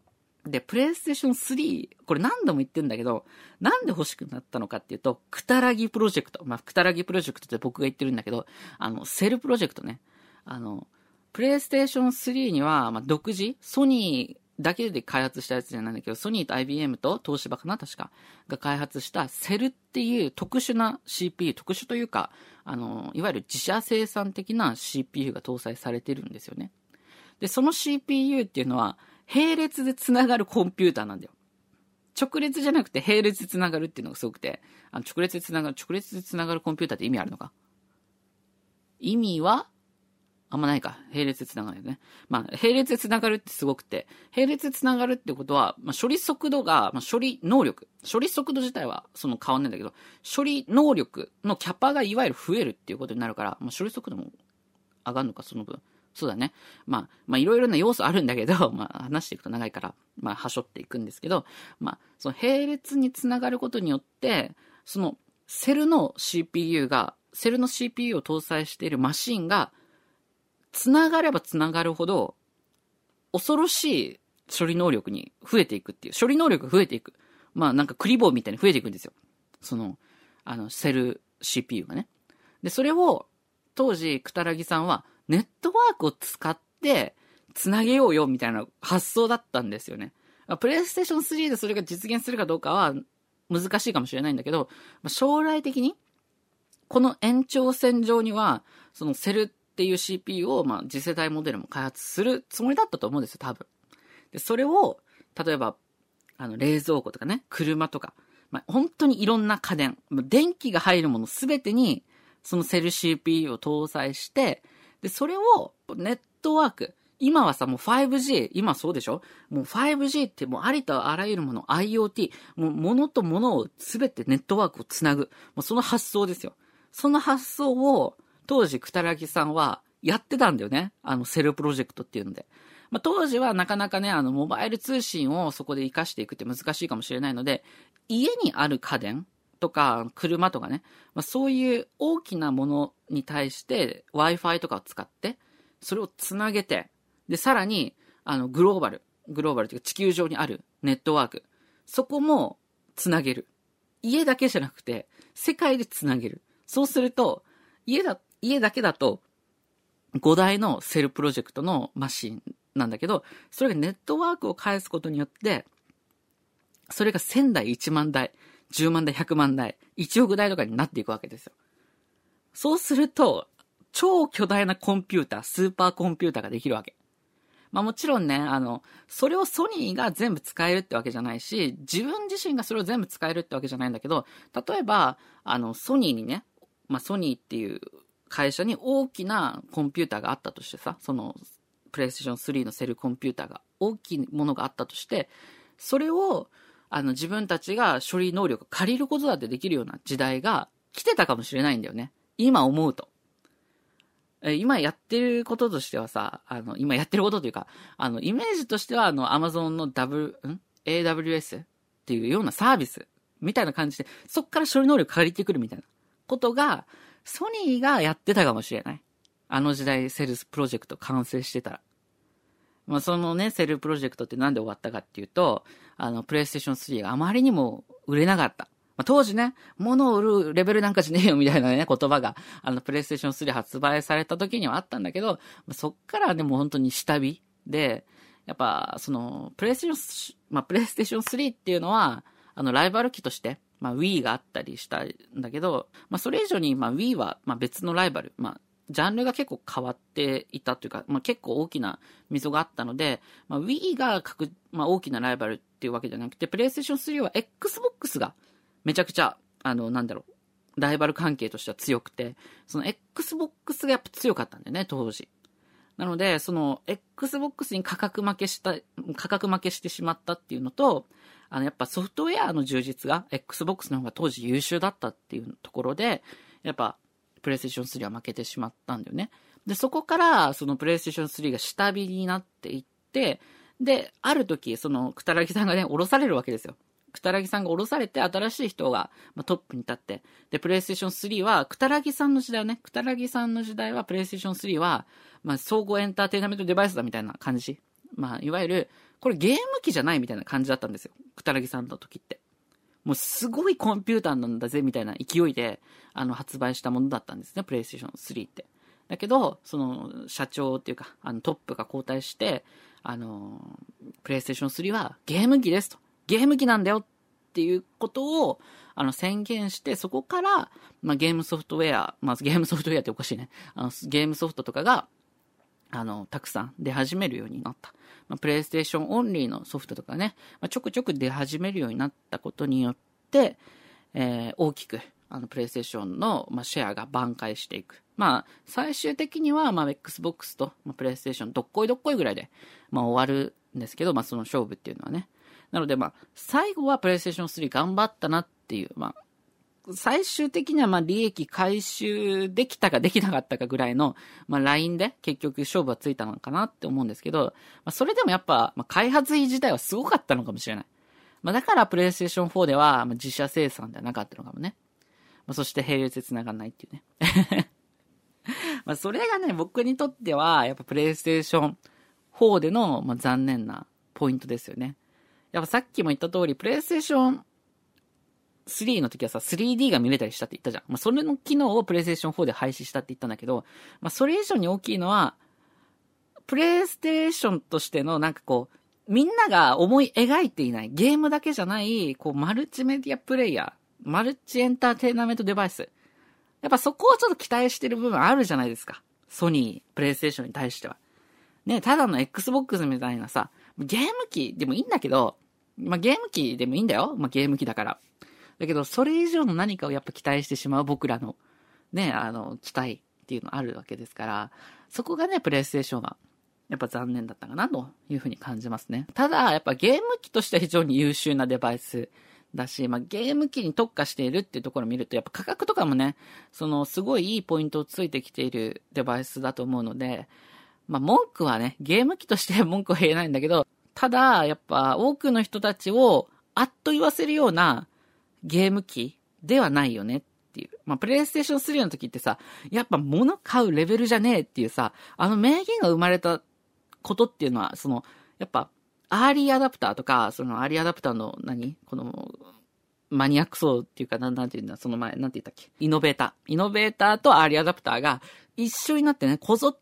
で、プレイステーションスリー、これ何度も言ってんだけど、なんで欲しくなったのかっていうと、クタラギプロジェクト。まあ、クタラギプロジェクトって僕が言ってるんだけど、あの、セルプロジェクトね。あの、プレイステーションスリーには、まあ、独自、ソニーだけで開発したやつじゃないんだけど、ソニーと アイビーエム と東芝かな確か、が開発したセルっていう特殊な シーピーユー、特殊というか、あの、いわゆる自社生産的な シーピーユー が搭載されてるんですよね。で、その シーピーユー っていうのは、並列でつながるコンピューターなんだよ。直列じゃなくて並列でつながるっていうのがすごくて、あの直列でつながる、直列でつながるコンピューターって意味あるのか？意味はあんまないか。並列でつながるよね。まあ、並列でつながるってすごくて、並列でつながるってことは、まあ、処理速度が、まあ、処理能力。処理速度自体はその変わんないんだけど、処理能力のキャパがいわゆる増えるっていうことになるから、まあ、処理速度も上がるのか、その分。そうだね。まあ、まあ、いろいろな要素あるんだけど、まあ、話していくと長いから、まあ、はしょっていくんですけど、まあ、その並列につながることによって、その、セルの シーピーユー が、セルの シーピーユー を搭載しているマシンが、つながればつながるほど、恐ろしい処理能力に増えていくっていう、処理能力が増えていく。まあ、なんかクリボーみたいに増えていくんですよ。その、あの、セル シーピーユー がね。で、それを、当時、クタラギさんは、ネットワークを使ってつなげようよみたいな発想だったんですよね。プレイステーションスリーでそれが実現するかどうかは難しいかもしれないんだけど、将来的にこの延長線上にはそのセルっていう シーピーユー をまあ次世代モデルも開発するつもりだったと思うんですよ、多分。で、それを例えばあの冷蔵庫とかね、車とか、まあ、本当にいろんな家電、電気が入るものすべてにそのセル シーピーユー を搭載して、で、それをネットワーク。今はさ、もう ファイブジー、今そうでしょ？もう ファイブジー ってもうありとあらゆるもの、IoT、もう物と物をすべてネットワークをつなぐ。もうその発想ですよ。その発想を当時、クタラギさんはやってたんだよね。あの、セルプロジェクトっていうので。まあ、当時はなかなかね、あの、モバイル通信をそこで活かしていくって難しいかもしれないので、家にある家電とか車とかね、まあ、そういう大きなものに対して Wi-Fi とかを使ってそれをつなげて、でさらにあのグローバルグローバルというか地球上にあるネットワーク、そこもつなげる。家だけじゃなくて世界でつなげる。そうすると家だ家だけだとごだいのセルプロジェクトのマシンなんだけど、それがネットワークを返すことによってそれがせんだい、いちまんだい、じゅうまんだい、ひゃくまんだい、いちおくだいとかになっていくわけですよ。そうすると、超巨大なコンピューター、スーパーコンピューターができるわけ。まあもちろんね、あの、それをソニーが全部使えるってわけじゃないし、自分自身がそれを全部使えるってわけじゃないんだけど、例えば、あの、ソニーにね、まあソニーっていう会社に大きなコンピューターがあったとしてさ、その、プレイステーションスリーのセルコンピューターが、大きいものがあったとして、それを、あの自分たちが処理能力を借りることだってできるような時代が来てたかもしれないんだよね。今思うと。え今やってることとしてはさ、あの、今やってることというか、あの、イメージとしては、あの、Amazon の W、ん エーダブリューエス っていうようなサービスみたいな感じで、そっから処理能力借りてくるみたいなことが、ソニーがやってたかもしれない。あの時代、セルスプロジェクト完成してたら。まあ、そのね、セルプロジェクトってなんで終わったかっていうと、あの、プレイステーションスリーがあまりにも売れなかった。まあ、当時ね、物を売るレベルなんかじゃねえよみたいなね、言葉が、あの、プレイステーションスリー発売された時にはあったんだけど、そっからでも本当に下火で、やっぱ、その、プレイステーション、まあ、プレイステーションスリーっていうのは、あの、ライバル機として、まあ、Wii があったりしたんだけど、まあ、それ以上に、まあ、Wii は、まあ、別のライバル、まあ、ジャンルが結構変わっていたというか、まあ、結構大きな溝があったので、まあ、Wii が各、まあ、大きなライバルっていうわけじゃなくて、プレイステーションスリーは Xbox がめちゃくちゃ、あの、なんだろう、ライバル関係としては強くて、その Xbox がやっぱ強かったんだよね、当時。なので、その Xbox に価格負けした、価格負けしてしまったっていうのと、あの、やっぱソフトウェアの充実が Xbox の方が当時優秀だったっていうところで、やっぱ、プレイステーションスリーは負けてしまったんだよね。で、そこから、そのプレイステーションスリーが下火になっていって、で、ある時、その、クタラギさんがね、降ろされるわけですよ。クタラギさんが降ろされて、新しい人が、まあ、トップに立って、で、プレイステーションスリーは、クタラギさんの時代はね、クタラギさんの時代は、プレイステーションスリーは、まあ、総合エンターテイナメントデバイスだみたいな感じ。 まあ、いわゆる、これゲーム機じゃないみたいな感じだったんですよ。くたらぎさんの時って。もうすごいコンピューターなんだぜみたいな勢いで、あの、発売したものだったんですね、プレイステーションスリーって。だけど、その、社長っていうか、あの、トップが交代して、あの、プレイステーションスリーはゲーム機ですと。ゲーム機なんだよっていうことを、あの、宣言して、そこから、まあ、ゲームソフトウェア、まあ、ゲームソフトウェアっておかしいね。あの、ゲームソフトとかが、あの、たくさん出始めるようになった。まあ、プレイステーションオンリーのソフトとかね、まあ、ちょくちょく出始めるようになったことによって、えー、大きく、あの、プレイステーションの、まあ、シェアが挽回していく。まあ、最終的には、まあ、Xbox と、まあ、プレイステーション、どっこいどっこいぐらいで、まあ、終わるんですけど、まあ、その勝負っていうのはね。なので、まあ、最後はプレイステーションスリー頑張ったなっていう、まあ、最終的にはまあ利益回収できたかできなかったかぐらいの、まあ、ラインで結局勝負はついたのかなって思うんですけど、まあ、それでもやっぱ、まあ、開発費自体はすごかったのかもしれない。まあ、だからプレイステーションフォーでは、まあ、自社生産ではなかったのかもね。まあ、そして並列で繋がんないっていうね。まあそれがね、僕にとっては、やっぱプレイステーションフォーでの、まあ、残念なポイントですよね。やっぱさっきも言った通り、プレイステーションスリーの時はさ、スリーディー が見れたりしたって言ったじゃん。まあ、それの機能をプレイステーションフォーで廃止したって言ったんだけど、まあ、それ以上に大きいのは、プレイステーションとしてのなんかこう、みんなが思い描いていない、ゲームだけじゃない、こう、マルチメディアプレイヤー、マルチエンターテイナメントデバイス。やっぱそこをちょっと期待してる部分あるじゃないですか。ソニー、プレイステーションに対しては。ね、ただの Xbox みたいなさ、ゲーム機でもいいんだけど、まあ、ゲーム機でもいいんだよ。まあ、ゲーム機だから。だけど、それ以上の何かをやっぱ期待してしまう僕らの、ね、あの、期待っていうのあるわけですから、そこがね、プレイステーションは、やっぱ残念だったかな、というふうに感じますね。ただ、やっぱゲーム機としては非常に優秀なデバイスだし、まあ、ゲーム機に特化しているっていうところを見ると、やっぱ価格とかもね、その、すごいいいポイントをついてきているデバイスだと思うので、まあ、文句はね、ゲーム機として文句は言えないんだけど、ただ、やっぱ多くの人たちをあっと言わせるようなゲーム機ではないよねっていう。まあ、プレイステーションスリーの時ってさ、やっぱ物買うレベルじゃねえっていうさ、あの名言が生まれたことっていうのは、その、やっぱ、アーリーアダプターとか、そのアーリーアダプターの何この、マニアック層っていうか、なん、なんていうんだ、その前、なんて言ったっけイノベーター。イノベーターとアーリーアダプターが一緒になってね、こぞって、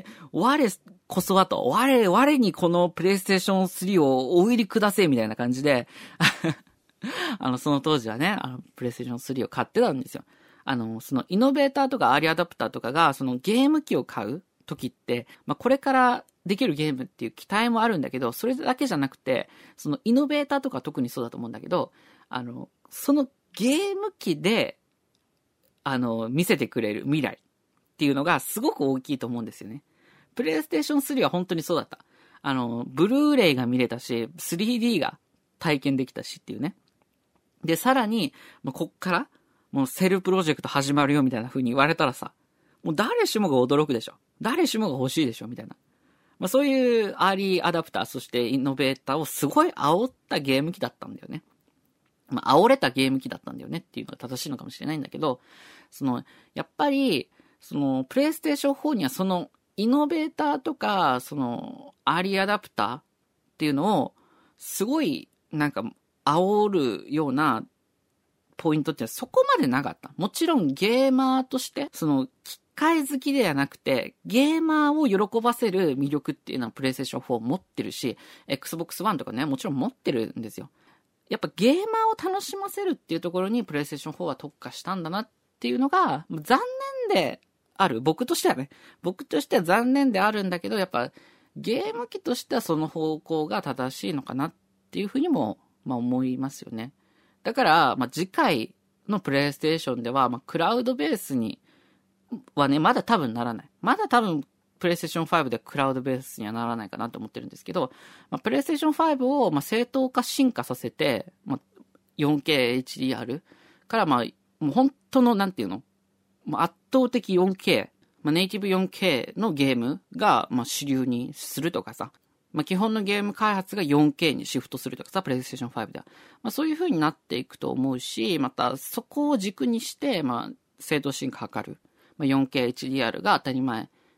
我こそはと、我、我にこのプレイステーションスリーをお売りくだせみたいな感じで、あの、その当時はね、あの、プレイステーションスリーを買ってたんですよ。あの、そのイノベーターとかアーリーアダプターとかが、そのゲーム機を買う時って、まあ、これからできるゲームっていう期待もあるんだけど、それだけじゃなくて、そのイノベーターとか特にそうだと思うんだけど、あの、そのゲーム機で、あの、見せてくれる未来っていうのがすごく大きいと思うんですよね。プレイステーションスリーは本当にそうだった。あの、ブルーレイが見れたし、スリーディー が体験できたしっていうね。で、さらに、もうこっから、もうセルプロジェクト始まるよみたいな風に言われたらさ、もう誰しもが驚くでしょ。誰しもが欲しいでしょみたいな。まあそういうアーリーアダプター、そしてイノベーターをすごい煽ったゲーム機だったんだよね。まあ煽れたゲーム機だったんだよねっていうのが正しいのかもしれないんだけど、その、やっぱり、その、プレイステーションフォーにはその、イノベーターとか、その、アーリーアダプターっていうのを、すごい、なんか、煽るようなポイントってそこまでなかった。もちろんゲーマーとして、その、機械好きではなくて、ゲーマーを喜ばせる魅力っていうのはプレイステーションフォー持ってるし、Xbox One とかね、もちろん持ってるんですよ。やっぱゲーマーを楽しませるっていうところにプレイステーションフォーは特化したんだなっていうのが、残念である。僕としてはね。僕としては残念であるんだけど、やっぱゲーム機としてはその方向が正しいのかなっていうふうにも、まあ思いますよね。だから、まあ次回のプレイステーションでは、まあクラウドベースにはね、まだ多分ならない。まだ多分、プレイステーションファイブでクラウドベースにはならないかなと思ってるんですけど、まあ、プレイステーションファイブをまあ正当化進化させて、まあ、よんケーエイチディーアール からまあ、もう本当のなんていうのもう圧倒的 よんケー、まあ、ネイティブ よんケー のゲームがまあ主流にするとかさ、まあ、基本のゲーム開発が よんケー にシフトするとかさ、プレイステーションファイブでは。まあ、そういう風になっていくと思うし、またそこを軸にして、まあ、正当進化を図る。まあ、よんケーエイチディーアール が当たり前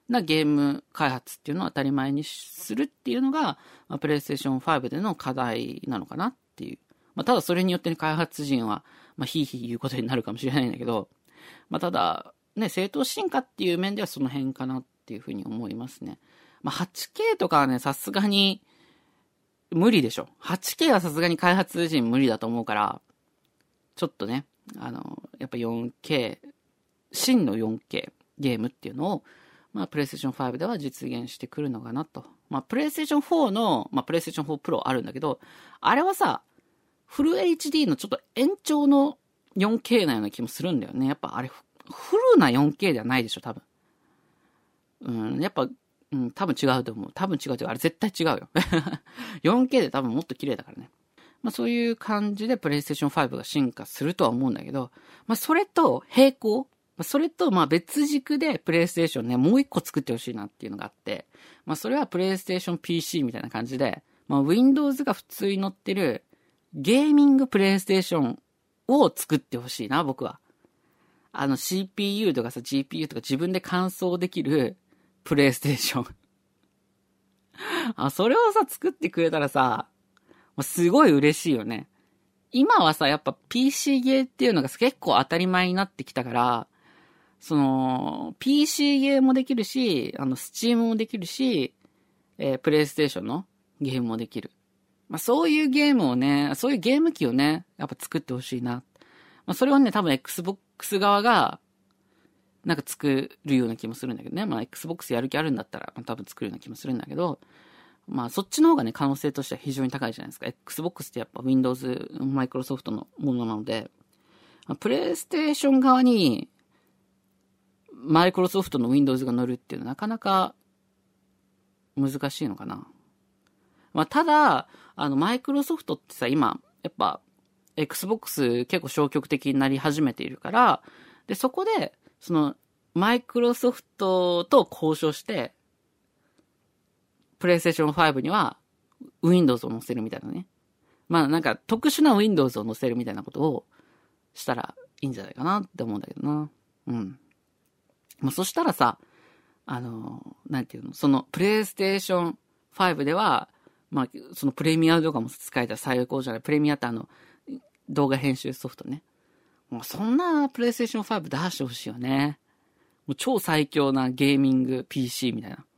なゲーム開発っていうのを当たり前にするっていうのが、まあ、プレイステーションファイブでの課題なのかなっていう。まあ、ただそれによって、ね、開発陣は、まあ、ひいひい言うことになるかもしれないんだけど、まあ、ただ、ね、正当進化っていう面ではその辺かなっていうふうに思いますね。まあ、はちケー とかはね、さすがに無理でしょ。はちケー はさすがに開発陣無理だと思うから、ちょっとね、あの、やっぱ よんケー、真の よんケー ゲームっていうのを、まあ、プレイステーションファイブでは実現してくるのかなと。まあ、プレイステーションフォーの、まあ、プレイステーションフォープロあるんだけど、あれはさ、フル エイチディー のちょっと延長の よんケー なような気もするんだよね。やっぱあれ、フルな よんケー ではないでしょ、多分。うん、やっぱ、うん、多分違うと思う。多分違うというか、あれ絶対違うよ。よんケー で多分もっと綺麗だからね。まあそういう感じでプレイステーションファイブが進化するとは思うんだけど、まあそれと並行、それとまあ別軸でプレイステーションね、もう一個作ってほしいなっていうのがあって、まあそれはプレイステーション ピーシー みたいな感じで、まあ Windows が普通に載ってるゲーミングプレイステーションを作ってほしいな、僕は。あの シーピーユー とかさ、ジーピーユー とか自分で乾燥できるプレイステーション。あ、それをさ、作ってくれたらさ、すごい嬉しいよね。今はさ、やっぱ ピーシー ゲーっていうのが結構当たり前になってきたから、その、ピーシー ゲーもできるし、あの、スチームもできるし、えー、プレイステーションのゲームもできる。まあ、そういうゲームをね、そういうゲーム機をね、やっぱ作ってほしいな。まあ、それをね、多分 Xbox 側が、なんか作るような気もするんだけどね。まあ、Xbox やる気あるんだったら、まあ、多分作るような気もするんだけど、まあ、そっちの方がね、可能性としては非常に高いじゃないですか。Xbox ってやっぱ Windows、Microsoft のものなので、プレイステーション側に、マイクロソフトの Windows が乗るっていうのはなかなか難しいのかな。まあ、ただ、あの、マイクロソフトってさ、今、やっぱ、Xbox 結構消極的になり始めているから、で、そこで、その、マイクロソフトと交渉して、プレイステーションファイブには Windows を載せるみたいなね。まあなんか特殊な Windows を載せるみたいなことをしたらいいんじゃないかなって思うんだけどな。うん。まあそしたらさ、あの、なんていうの、そのプレイステーションファイブでは、まあそのプレミアとかも使えたら最高じゃない。プレミアってあの、動画編集ソフトね。もうそんなプレイステーションファイブ出してほしいよね。もう超最強なゲーミング ピーシー みたいな。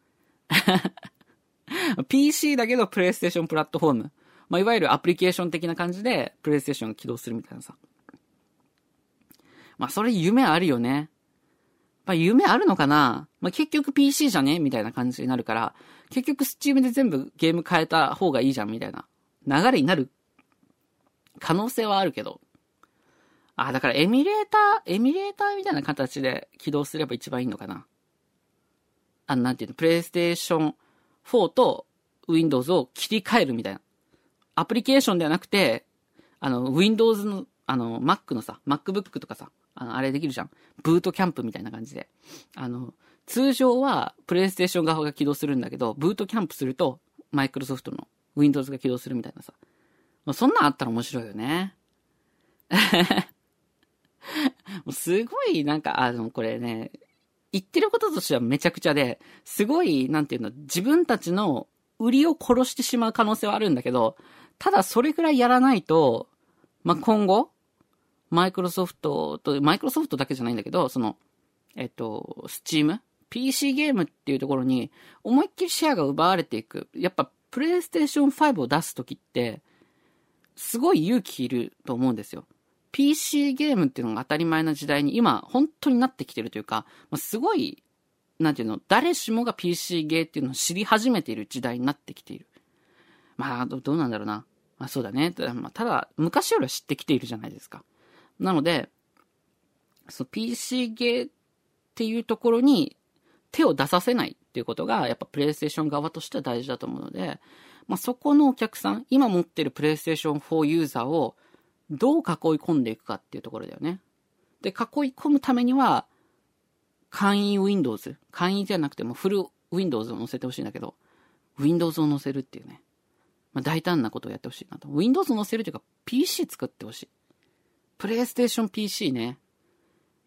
ピーシー だけどプレイステーションプラットフォーム。まあ、いわゆるアプリケーション的な感じでプレイステーションが起動するみたいなさ。まあ、それ夢あるよね。まあ、夢あるのかな。まあ、結局 ピーシー じゃねみたいな感じになるから、結局スチームで全部ゲーム変えた方がいいじゃんみたいな流れになる可能性はあるけど。あ、だからエミュレーター、エミュレーターみたいな形で起動すれば一番いいのかな。あの、なんていうの、プレイステーションフォーと Windows を切り替えるみたいな。アプリケーションではなくて、あの、Windows の、あの、Mac のさ、MacBook とかさ、あの、あれできるじゃん。ブートキャンプみたいな感じで。あの、通常はプレイステーション側が起動するんだけど、ブートキャンプすると、マイクロソフトの Windows が起動するみたいなさ。そんなんあったら面白いよね。もうすごい、なんか、あの、これね、言ってることとしてはめちゃくちゃで、すごい、なんていうの、自分たちの売りを殺してしまう可能性はあるんだけど、ただそれくらいやらないと、まあ、今後、マイクロソフトと、マイクロソフトだけじゃないんだけど、その、えっと、スチーム ピーシー ゲームっていうところに、思いっきりシェアが奪われていく。やっぱ、プレイステーションファイブを出すときって、すごい勇気いると思うんですよ。ピーシー ゲームっていうのが当たり前な時代に今、本当になってきてるというか、すごい、なんていうの、誰しもが ピーシー ゲーっていうのを知り始めている時代になってきている。まあ、ど, どうなんだろうな。まあそうだね。ただ、まあ、ただ昔よりは知ってきているじゃないですか。なので、その ピーシー ゲーっていうところに手を出させないっていうことが、やっぱプレイステーション側としては大事だと思うので、まあそこのお客さん、今持ってるプレイステーションフォーユーザーをどう囲い込んでいくかっていうところだよね。で、囲い込むためには、簡易 Windows、簡易じゃなくてもフル Windows を載せてほしいんだけど、Windows を載せるっていうね。まあ、大胆なことをやってほしいなと。Windows を載せるというか ピーシー 作ってほしい。プレイステーション ピーシー ね。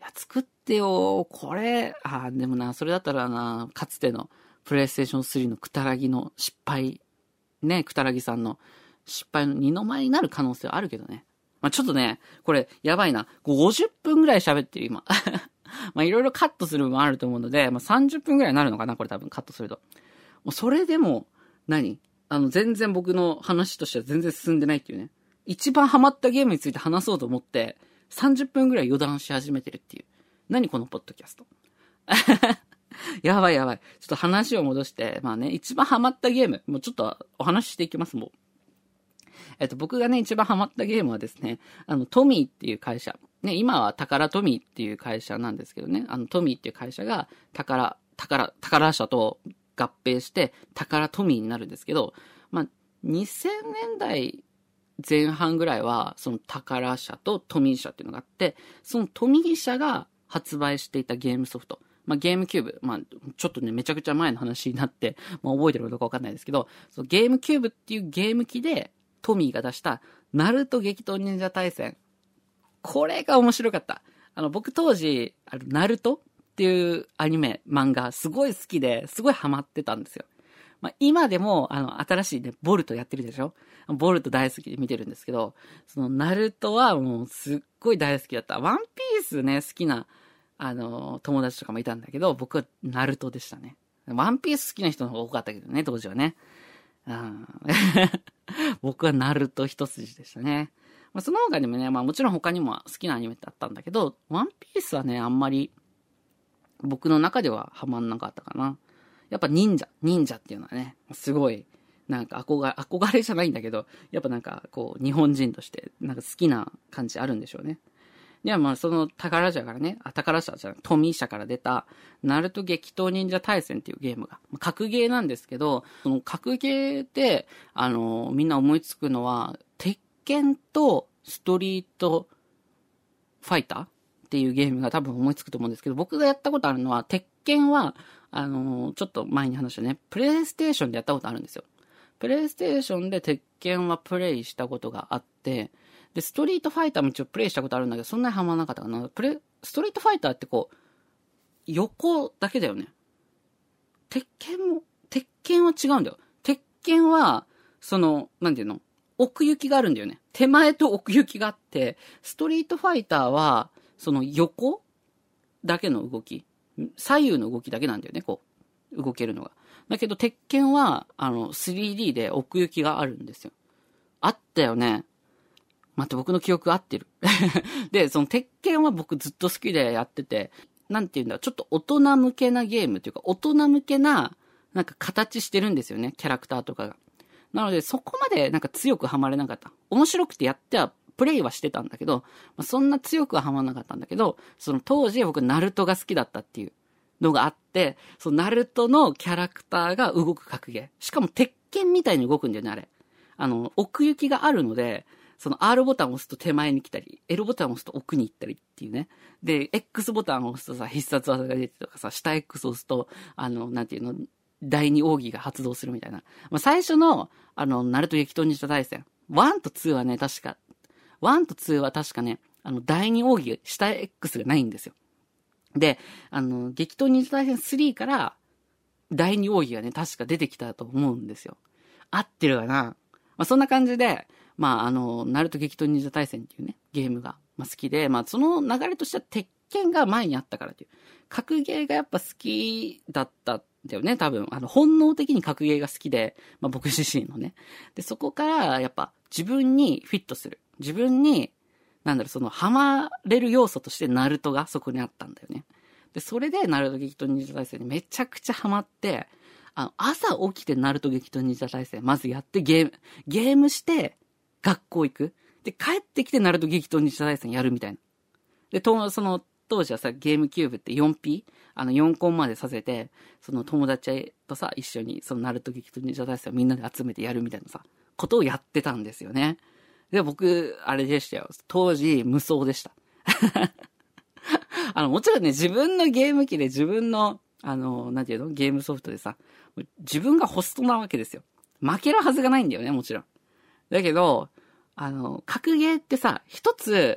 や、作ってよ、これ、あ、でもな、それだったらな、かつてのプレイステーションスリーのくたらぎの失敗、ね、くたらぎさんの失敗の二の舞になる可能性はあるけどね。まあ、ちょっとね、これ、やばいな。ごじゅっぷんぐらい喋ってる、今。まあ、いろいろカットする部分もあると思うので、まあ、さんじゅっぷんぐらいになるのかな、これ多分カットすると。もうそれでも、何あの、全然僕の話としては全然進んでないっていうね。一番ハマったゲームについて話そうと思って、さんじゅっぷんぐらい余談し始めてるっていう。何このポッドキャスト。やばいやばい。ちょっと話を戻して、まあね、一番ハマったゲーム、もうちょっとお話ししていきます、もう。えっと、僕がね、一番ハマったゲームはですね、あの、トミーっていう会社。ね、今は宝トミーっていう会社なんですけどね、あの、トミーっていう会社が、宝、宝、宝社と合併して、宝トミーになるんですけど、まあ、にせんねんだいぜん半ぐらいは、その宝社とトミー社っていうのがあって、そのトミー社が発売していたゲームソフト。まあ、ゲームキューブ。まあ、ちょっとね、めちゃくちゃ前の話になって、まあ、覚えてるかどうかわかんないですけど、そのゲームキューブっていうゲーム機で、トミーが出した、ナルト激闘忍者大戦。これが面白かった。あの、僕当時、あの、ナルトっていうアニメ、漫画、すごい好きで、すごいハマってたんですよ。まあ、今でも、あの、新しいね、ボルトやってるでしょ？ボルト大好きで見てるんですけど、その、ナルトはもう、すっごい大好きだった。ワンピースね、好きな、あの、友達とかもいたんだけど、僕はナルトでしたね。ワンピース好きな人の方が多かったけどね、当時はね。うん、僕はナルト一筋でしたね。まあ、その他にもね、まあもちろん他にも好きなアニメってあったんだけど、ワンピースはね、あんまり僕の中ではハマんなかったかな。やっぱ忍者、忍者っていうのはね、すごい、なんか憧れ、憧れじゃないんだけど、やっぱなんかこう、日本人として、なんか好きな感じあるんでしょうね。ではまあその宝社からね、あ、宝社じゃない、トミー社から出た、ナルト激闘忍者大戦っていうゲームが、格ゲーなんですけど、その格ゲーで、あの、みんな思いつくのは、鉄拳とストリートファイターっていうゲームが多分思いつくと思うんですけど、僕がやったことあるのは、鉄拳は、あの、ちょっと前に話したね、プレイステーションでやったことあるんですよ。プレイステーションで鉄拳はプレイしたことがあって、で、ストリートファイターも一応プレイしたことあるんだけど、そんなにハマらなかったかな。プレ、ストリートファイターってこう、横だけだよね。鉄拳も、鉄拳は違うんだよ。鉄拳は、その、なんていうの？奥行きがあるんだよね。手前と奥行きがあって、ストリートファイターは、その横だけの動き。左右の動きだけなんだよね、こう。動けるのが。だけど、鉄拳は、あの、スリーディー で奥行きがあるんですよ。あったよね。待って、僕の記憶合ってる。で、その鉄拳は僕ずっと好きでやってて、なんていうんだ、ちょっと大人向けなゲームというか、大人向けな、なんか形してるんですよね、キャラクターとかが。なので、そこまでなんか強くハマれなかった。面白くてやっては、プレイはしてたんだけど、まあ、そんな強くはハマらなかったんだけど、その当時僕ナルトが好きだったっていうのがあって、そのナルトのキャラクターが動く格ゲー。しかも鉄拳みたいに動くんだよね、あれ。あの、奥行きがあるので、その R ボタンを押すと手前に来たり、L ボタンを押すと奥に行ったりっていうね。で、X ボタンを押すとさ、必殺技が出てとかさ、下 X を押すと、あの、なんていうの、第二奥義が発動するみたいな。まあ、最初の、あの、ナルト激闘忍者大戦。ワンとツーはね、確か、ワンとツーは確かね、あの、第二奥義、下 X がないんですよ。で、あの、激闘忍者大戦スリーから、第二奥義がね、確か出てきたと思うんですよ。合ってるかな？まあ、そんな感じで、まあ、あの、ナルト激闘忍者大戦っていうね、ゲームが、まあ、好きで、まあ、その流れとしては鉄拳が前にあったからっていう。格ゲーがやっぱ好きだったんだよね、多分。あの、本能的に格ゲーが好きで、まあ、僕自身のね。で、そこから、やっぱ、自分にフィットする。自分に、なんだろう、その、ハマれる要素としてナルトがそこにあったんだよね。で、それで、ナルト激闘忍者大戦にめちゃくちゃハマって、あの、朝起きてナルト激闘忍者大戦、まずやってゲーム、ゲームして、学校行く。で、帰ってきてナルト激闘忍者大戦やるみたいな。で、と、その、当時はさ、ゲームキューブって フォーピー? あの、よんコンまでさせて、その友達とさ、一緒に、そのナルト激闘忍者大戦をみんなで集めてやるみたいなさ、ことをやってたんですよね。で、僕、あれでしたよ。当時、無双でした。あの、もちろんね、自分のゲーム機で自分の、あの、なんていうの？ゲームソフトでさ、自分がホストなわけですよ。負けるはずがないんだよね、もちろん。だけど、あの、格ゲーってさ、一つ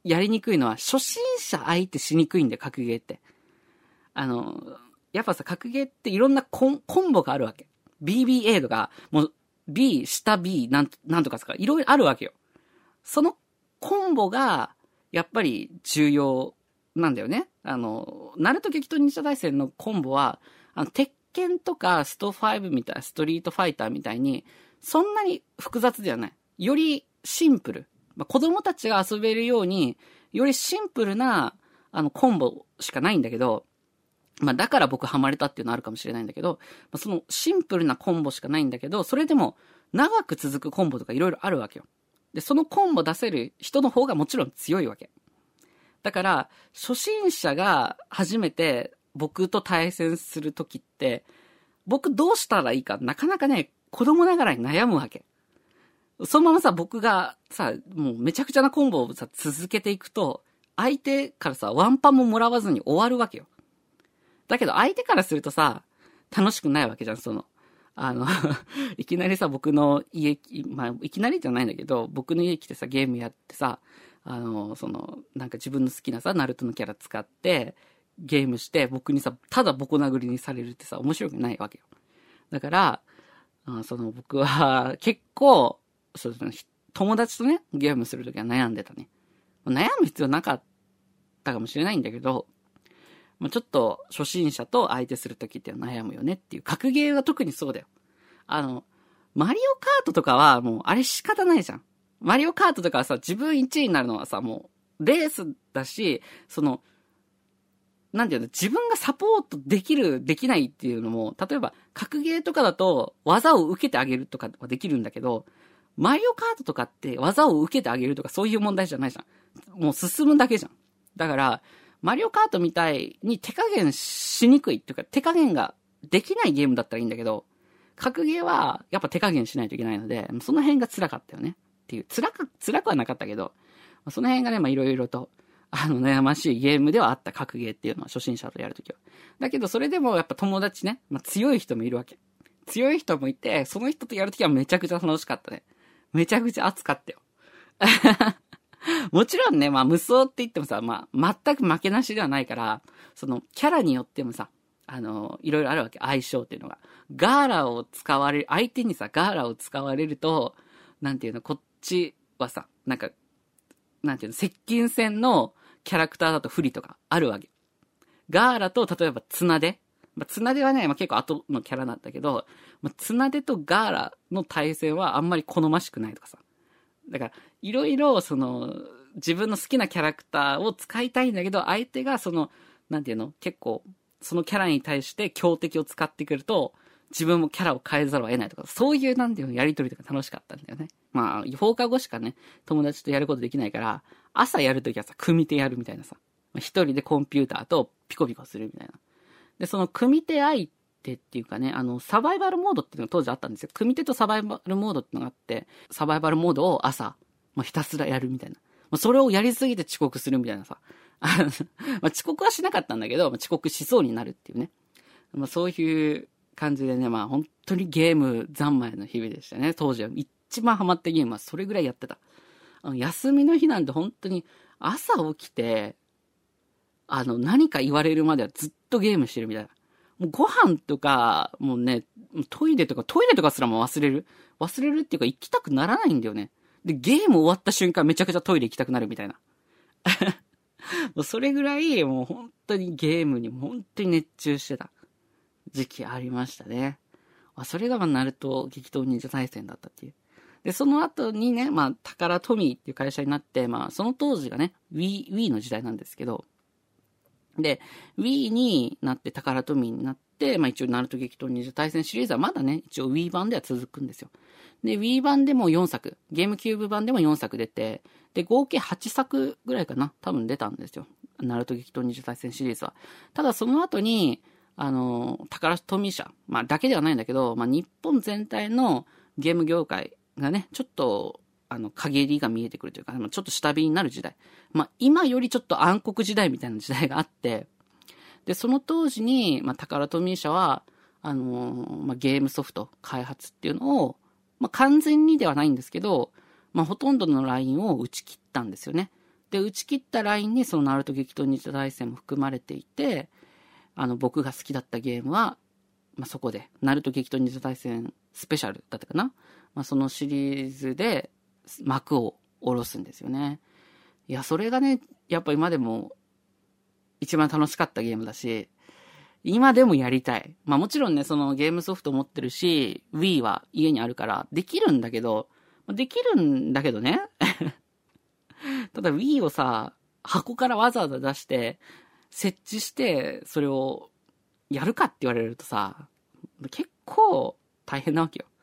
やりにくいのは、初心者相手しにくいんだよ、格ゲーって。あの、やっぱさ、格ゲーっていろんなコン、コンボがあるわけ。ビービーエー とか、もう、B、下 B、なん、なんとかとか、いろいろあるわけよ。そのコンボが、やっぱり重要なんだよね。あの、ナルト激闘忍者大戦のコンボは、あの、鉄拳とかストファイブみたいな、ストリートファイターみたいに、そんなに複雑ではない。よりシンプル。まあ、子供たちが遊べるように、よりシンプルな、あの、コンボしかないんだけど、まあ、だから僕ハマれたっていうのはあるかもしれないんだけど、まあ、そのシンプルなコンボしかないんだけど、それでも長く続くコンボとかいろいろあるわけよ。で、そのコンボ出せる人の方がもちろん強いわけ。だから、初心者が初めて僕と対戦するときって、僕どうしたらいいかなかなかね、子供ながらに悩むわけ。そのままさ、僕がさ、もうめちゃくちゃなコンボをさ、続けていくと、相手からさ、ワンパンももらわずに終わるわけよ。だけど相手からするとさ、楽しくないわけじゃん、その。あの、いきなりさ、僕の家、まあ、いきなりじゃないんだけど、僕の家来てさ、ゲームやってさ、あの、その、なんか自分の好きなさ、ナルトのキャラ使って、ゲームして、僕にさ、ただボコ殴りにされるってさ、面白くないわけよ。だから、あその、僕は、結構、そう、友達とね、ゲームするときは悩んでたね。悩む必要なかったかもしれないんだけど、まあ、ちょっと初心者と相手するときって悩むよねっていう。格ゲーは特にそうだよ。あの、マリオカートとかはもうあれ仕方ないじゃん。マリオカートとかはさ、自分いちいになるのはさ、もうレースだし、その、なんていうの、自分がサポートできる、できないっていうのも、例えば格ゲーとかだと技を受けてあげるとかはできるんだけど、マリオカートとかって技を受けてあげるとかそういう問題じゃないじゃん。もう進むだけじゃん。だから、マリオカートみたいに手加減しにくいっていうか、手加減ができないゲームだったらいいんだけど、格ゲーはやっぱ手加減しないといけないので、その辺が辛かったよねっていう。辛か、辛くはなかったけど、その辺がね、まあいろいろと、あの悩ましいゲームではあった格ゲーっていうのは初心者とやるときは。だけどそれでもやっぱ友達ね、まあ強い人もいるわけ。強い人もいて、その人とやるときはめちゃくちゃ楽しかったね。めちゃくちゃ熱かったよ。もちろんね、まあ無双って言ってもさ、まあ全く負けなしではないから、そのキャラによってもさ、あの、いろいろあるわけ、相性っていうのが。ガーラを使われる、相手にさ、ガーラを使われると、なんていうの、こっちはさ、なんか、なんていうの、接近戦のキャラクターだと不利とかあるわけ。ガーラと、例えば綱手。まあ、綱手はね、まあ、結構後のキャラなんだけど、まあ、綱手とガーラの対戦はあんまり好ましくないとかさ。だから、いろいろ、その、自分の好きなキャラクターを使いたいんだけど、相手がその、なんていうの、結構、そのキャラに対して強敵を使ってくると、自分もキャラを変えざるを得ないとか、そういうなんていうのやりとりとか楽しかったんだよね。まあ、放課後しかね、友達とやることできないから、朝やるときはさ、組手やるみたいなさ、一人でコンピューターとピコピコするみたいな。で、その組手相手っていうかね、あの、サバイバルモードっていうのが当時あったんですよ。組手とサバイバルモードっていうのがあって、サバイバルモードを朝、まあ、ひたすらやるみたいな。まあ、それをやりすぎて遅刻するみたいなさ。まあ、遅刻はしなかったんだけど、まあ、遅刻しそうになるっていうね。まあ、そういう感じでね、まあ本当にゲーム三昧の日々でしたね。当時は一番ハマったゲームはそれぐらいやってた。あの休みの日なんて本当に朝起きて、あの何か言われるまではずっとゲームしてるみたいな。もうご飯とか、もうね、トイレとか、トイレとかすらも忘れる。忘れるっていうか行きたくならないんだよね。で、ゲーム終わった瞬間めちゃくちゃトイレ行きたくなるみたいな。もうそれぐらいもう本当にゲームに本当に熱中してた時期ありましたね。それがまあナルト激闘忍者大戦だったっていう。で、その後にね、まあ、タカラトミーっていう会社になって、まあ、その当時がね、Wii、Wii の時代なんですけど、で、Wii になってタカラトミーになって、まあ一応ナルト激闘忍者大戦シリーズはまだね、一応 Wii 版では続くんですよ。で、Wii 版でもよんさく、ゲームキューブ版でもよんさく出て、で、合計はちさくぐらいかな、多分出たんですよ。ナルト激闘忍者大戦シリーズは。ただその後に、あの、タカラトミー社、まあだけではないんだけど、まあ日本全体のゲーム業界がね、ちょっと、あの、陰りが見えてくるというか、ちょっと下火になる時代。まあ今よりちょっと暗黒時代みたいな時代があって、で、その当時に、まあタカラトミー社は、あの、まあゲームソフト開発っていうのを、まあ完全にではないんですけど、まあほとんどのラインを打ち切ったんですよね。 で、打ち切ったラインにそのナルト激闘忍者大戦も含まれていて、あの、僕が好きだったゲームは、まあ、そこで、ナルト激闘忍者大戦スペシャルだったかな。まあ、そのシリーズで幕を下ろすんですよね。いや、それがね、やっぱ今でも一番楽しかったゲームだし、今でもやりたい。まあもちろんね、そのゲームソフト持ってるし、Wii は家にあるからできるんだけど、できるんだけどね。ただ Wii をさ、箱からわざわざ出して、設置して、それをやるかって言われるとさ、結構大変なわけよ。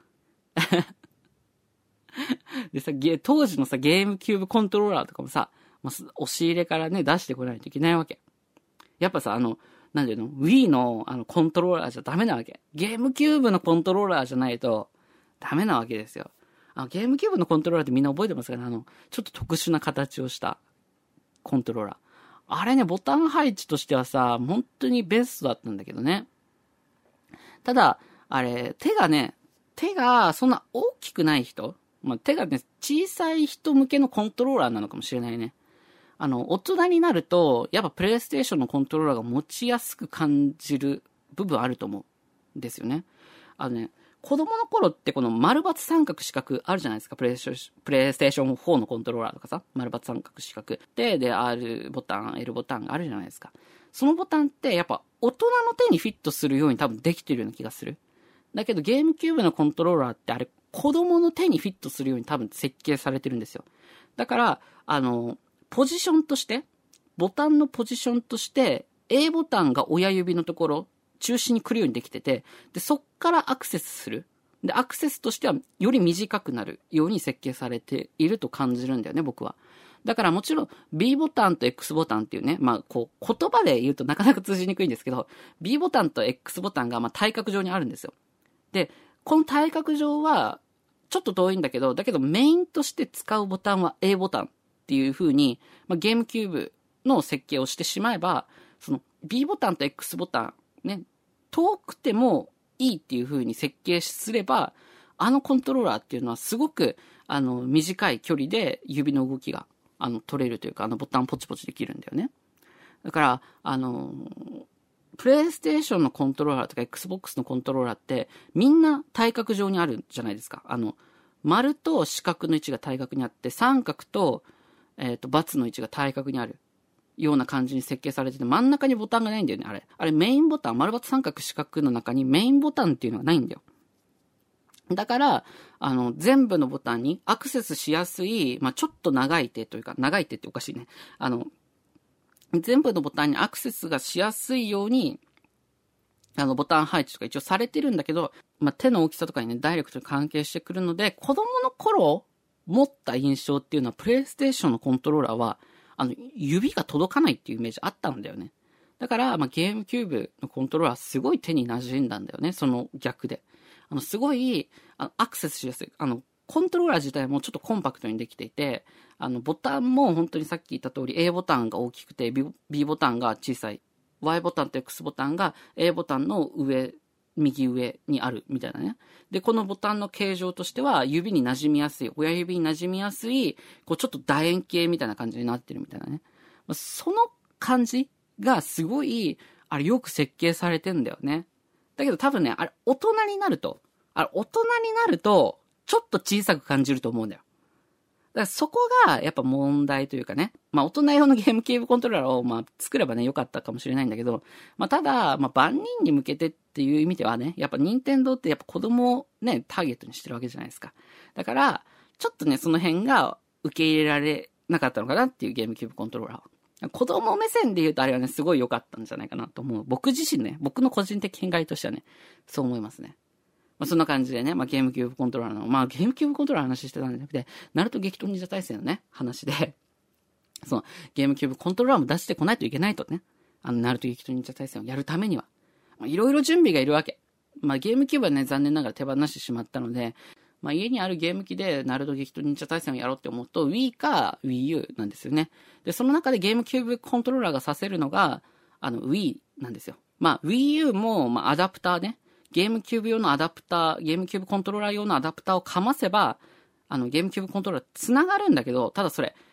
でさ、ゲ当時のさ、ゲームキューブコントローラーとかもさ、まあ、押し入れからね、出してこないといけないわけ。やっぱさ、あの、なんていうの ?Wii のあのコントローラーじゃダメなわけ。ゲームキューブのコントローラーじゃないとダメなわけですよ。あのゲームキューブのコントローラーってみんな覚えてますかね？あの、ちょっと特殊な形をしたコントローラー。あれね、ボタン配置としてはさ、本当にベストだったんだけどね。ただ、あれ、手がね、手がそんな大きくない人、まあ、手がね、小さい人向けのコントローラーなのかもしれないね。あの、大人になると、やっぱプレイステーションのコントローラーが持ちやすく感じる部分あると思うんですよね。あのね、子供の頃ってこの丸×三角四角あるじゃないですか。プレイステーションフォーのコントローラーとかさ、丸×三角四角。で、で、R ボタン、L ボタンがあるじゃないですか。そのボタンってやっぱ大人の手にフィットするように多分できてるような気がする。だけどゲームキューブのコントローラーってあれ子供の手にフィットするように多分設計されてるんですよ。だから、あの、ポジションとして、ボタンのポジションとして、A ボタンが親指のところ、中心に来るようにできてて、で、そっからアクセスする。で、アクセスとしてはより短くなるように設計されていると感じるんだよね、僕は。だからもちろん B ボタンと X ボタンっていうね、まあ、こう、言葉で言うとなかなか通じにくいんですけど、B ボタンと X ボタンがまあ対角上にあるんですよ。で、この対角上は、ちょっと遠いんだけど、だけどメインとして使うボタンは A ボタンっていう風に、まあ、ゲームキューブの設計をしてしまえば、その B ボタンと X ボタン、ね、遠くてもいいっていう風に設計すれば、あのコントローラーっていうのはすごく、あの、短い距離で指の動きが、あの、取れるというか、あのボタンポチポチできるんだよね。だから、あの、プレイステーションのコントローラーとか Xbox のコントローラーってみんな対角上にあるじゃないですか。あの、丸と四角の位置が対角にあって、三角と、えっと、×の位置が対角にあるような感じに設計されてて、真ん中にボタンがないんだよね、あれ。あれメインボタン、丸×三角四角の中にメインボタンっていうのがないんだよ。だから、あの、全部のボタンにアクセスしやすい、まあ、ちょっと長い手というか、長い手っておかしいね。あの、全部のボタンにアクセスがしやすいように、あの、ボタン配置とか一応されてるんだけど、まあ、手の大きさとかにね、ダイレクトに関係してくるので、子供の頃持った印象っていうのは、プレイステーションのコントローラーは、あの、指が届かないっていうイメージあったんだよね。だから、まあ、ゲームキューブのコントローラーすごい手に馴染んだんだよね、その逆で。あの、すごい、あのアクセスしやすい。あの、コントローラー自体もちょっとコンパクトにできていて、あの、ボタンも本当にさっき言った通り A ボタンが大きくて B, B ボタンが小さい。Y ボタンと X ボタンが A ボタンの上、右上にあるみたいなね。で、このボタンの形状としては指に馴染みやすい、親指に馴染みやすい、こうちょっと楕円形みたいな感じになってるみたいなね。その感じがすごい、あれよく設計されてんだよね。だけど多分ね、あれ大人になると、あれ大人になると、ちょっと小さく感じると思うんだよ。だからそこがやっぱ問題というかね。まあ大人用のゲームキューブコントローラーをまあ作ればね良かったかもしれないんだけど、まあただ、まあ万人に向けてっていう意味ではね、やっぱ任天堂ってやっぱ子供をね、ターゲットにしてるわけじゃないですか。だから、ちょっとね、その辺が受け入れられなかったのかなっていうゲームキューブコントローラーは。子供目線で言うとあれはね、すごい良かったんじゃないかなと思う。僕自身ね、僕の個人的見解としてはね、そう思いますね。まあ、そんな感じでね、まあ、ゲームキューブコントローラーの、まあ、ゲームキューブコントローラーの話してたんじゃなくて、ナルト激闘忍者大戦のね、話で、その、ゲームキューブコントローラーも出してこないといけないとね、あの、ナルト激闘忍者大戦をやるためには、まあ、いろいろ準備がいるわけ。まあ、ゲームキューブはね、残念ながら手放してしまったので、まあ、家にあるゲーム機で、ナルト激闘忍者大戦をやろうって思うと、Wii か Wii U なんですよね。で、その中でゲームキューブコントローラーがさせるのが、あの、Wii なんですよ。まあ、Wii U も、まあ、アダプターね、ゲームキューブ用のアダプター、ゲームキューブコントローラー用のアダプターをかませば、あの、ゲームキューブコントローラー繋がるんだけど、ただそれ、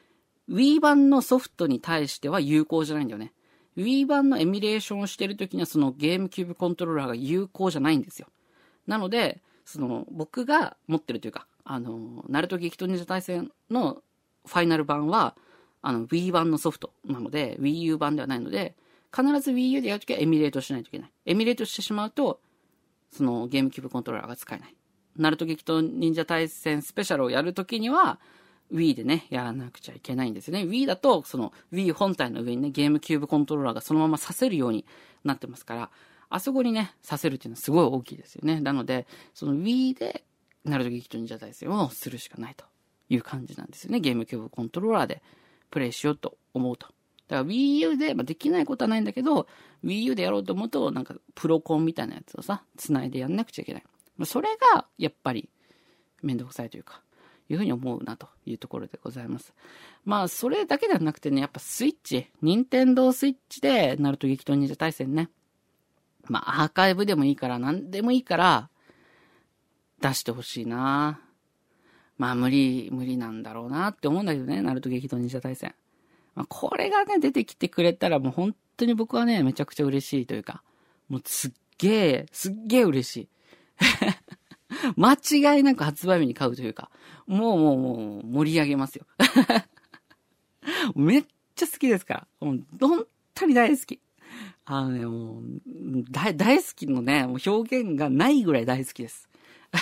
Wii 版のソフトに対しては有効じゃないんだよね。Wii 版のエミュレーションをしてるときにはそのゲームキューブコントローラーが有効じゃないんですよ。なので、その僕が持ってるというか、あの、ナルト激闘忍者対戦のファイナル版は、あの Wii 版のソフトなので、Wii U 版ではないので、必ず Wii U でやるときはエミュレートしないといけない。エミュレートしてしまうと、そのゲームキューブコントローラーが使えない。ナルト激闘忍者対戦スペシャルをやるときには、Wii でね、やらなくちゃいけないんですよね。Wii だと、その Wii 本体の上にね、ゲームキューブコントローラーがそのままさせるようになってますから、あそこにね、させるっていうのはすごい大きいですよね。なので、その Wii で、ナルト激闘忍者対戦をするしかないという感じなんですよね。ゲームキューブコントローラーでプレイしようと思うと。だから Wii U で、まあ、できないことはないんだけど、Wii U でやろうと思うと、なんかプロコンみたいなやつをさ、繋いでやんなくちゃいけない。まあ、それが、やっぱり、めんどくさいというか、いうふうに思うなというところでございます。まあ、それだけではなくてね、やっぱスイッチ、任天堂スイッチで、ナルト激闘忍者対戦ね。まあ、アーカイブでもいいから、なんでもいいから、出してほしいな。まあ、無理、無理なんだろうなって思うんだけどね、ナルト激闘忍者対戦。まあ、これがね、出てきてくれたらもう本当に僕はね、めちゃくちゃ嬉しいというか、もうすっげえ、すっげえ嬉しい。間違いなく発売日に買うというか、もうもうもう盛り上げますよ。めっちゃ好きですから。もう本当に大好き。あのね、もう、大、大好きのね、もう表現がないぐらい大好きです。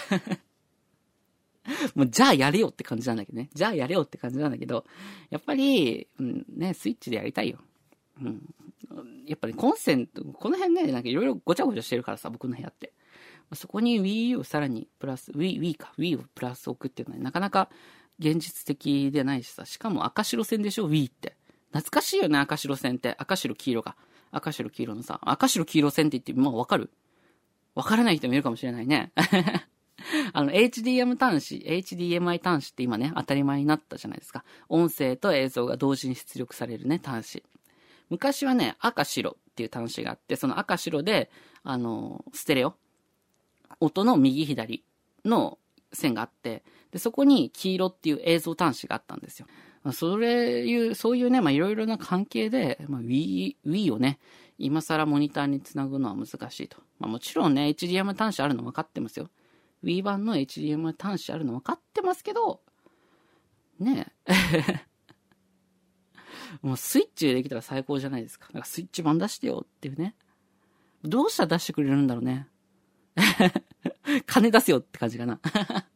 もう、じゃあやれよって感じなんだけどね。じゃあやれよって感じなんだけど、やっぱり、うん、ね、スイッチでやりたいよ。うん。やっぱりコンセント、この辺ね、なんかいろいろごちゃごちゃしてるからさ、僕の部屋って。そこに Wii U をさらにプラス、Wii、Wii か、Wii をプラス置くっていうのは、ね、なかなか現実的でないしさ、しかも赤白線でしょ、Wii って。懐かしいよね、赤白線って。赤白黄色が。赤白黄色のさ、赤白黄色線って言ってもうわかる？わからない人もいるかもしれないね。あの、エイチディーエム 端子、エイチディーエムアイ 端子って今ね、当たり前になったじゃないですか。音声と映像が同時に出力されるね、端子。昔はね、赤白っていう端子があって、その赤白で、あの、ステレオ。音の右左の線があって、で、そこに黄色っていう映像端子があったんですよ。まあ、それいう、そういうね、まあ、いろいろな関係で、まあ、Wii、Wii をね、今更モニターにつなぐのは難しいと。まあ、もちろんね、エイチディーエム 端子あるの分かってますよ。Wii 版の エイチディーエム 端子あるの分かってますけど、ねえ。もうスイッチでできたら最高じゃないですか。なんかスイッチ版出してよっていうね。どうしたら出してくれるんだろうね。金出せよって感じかな。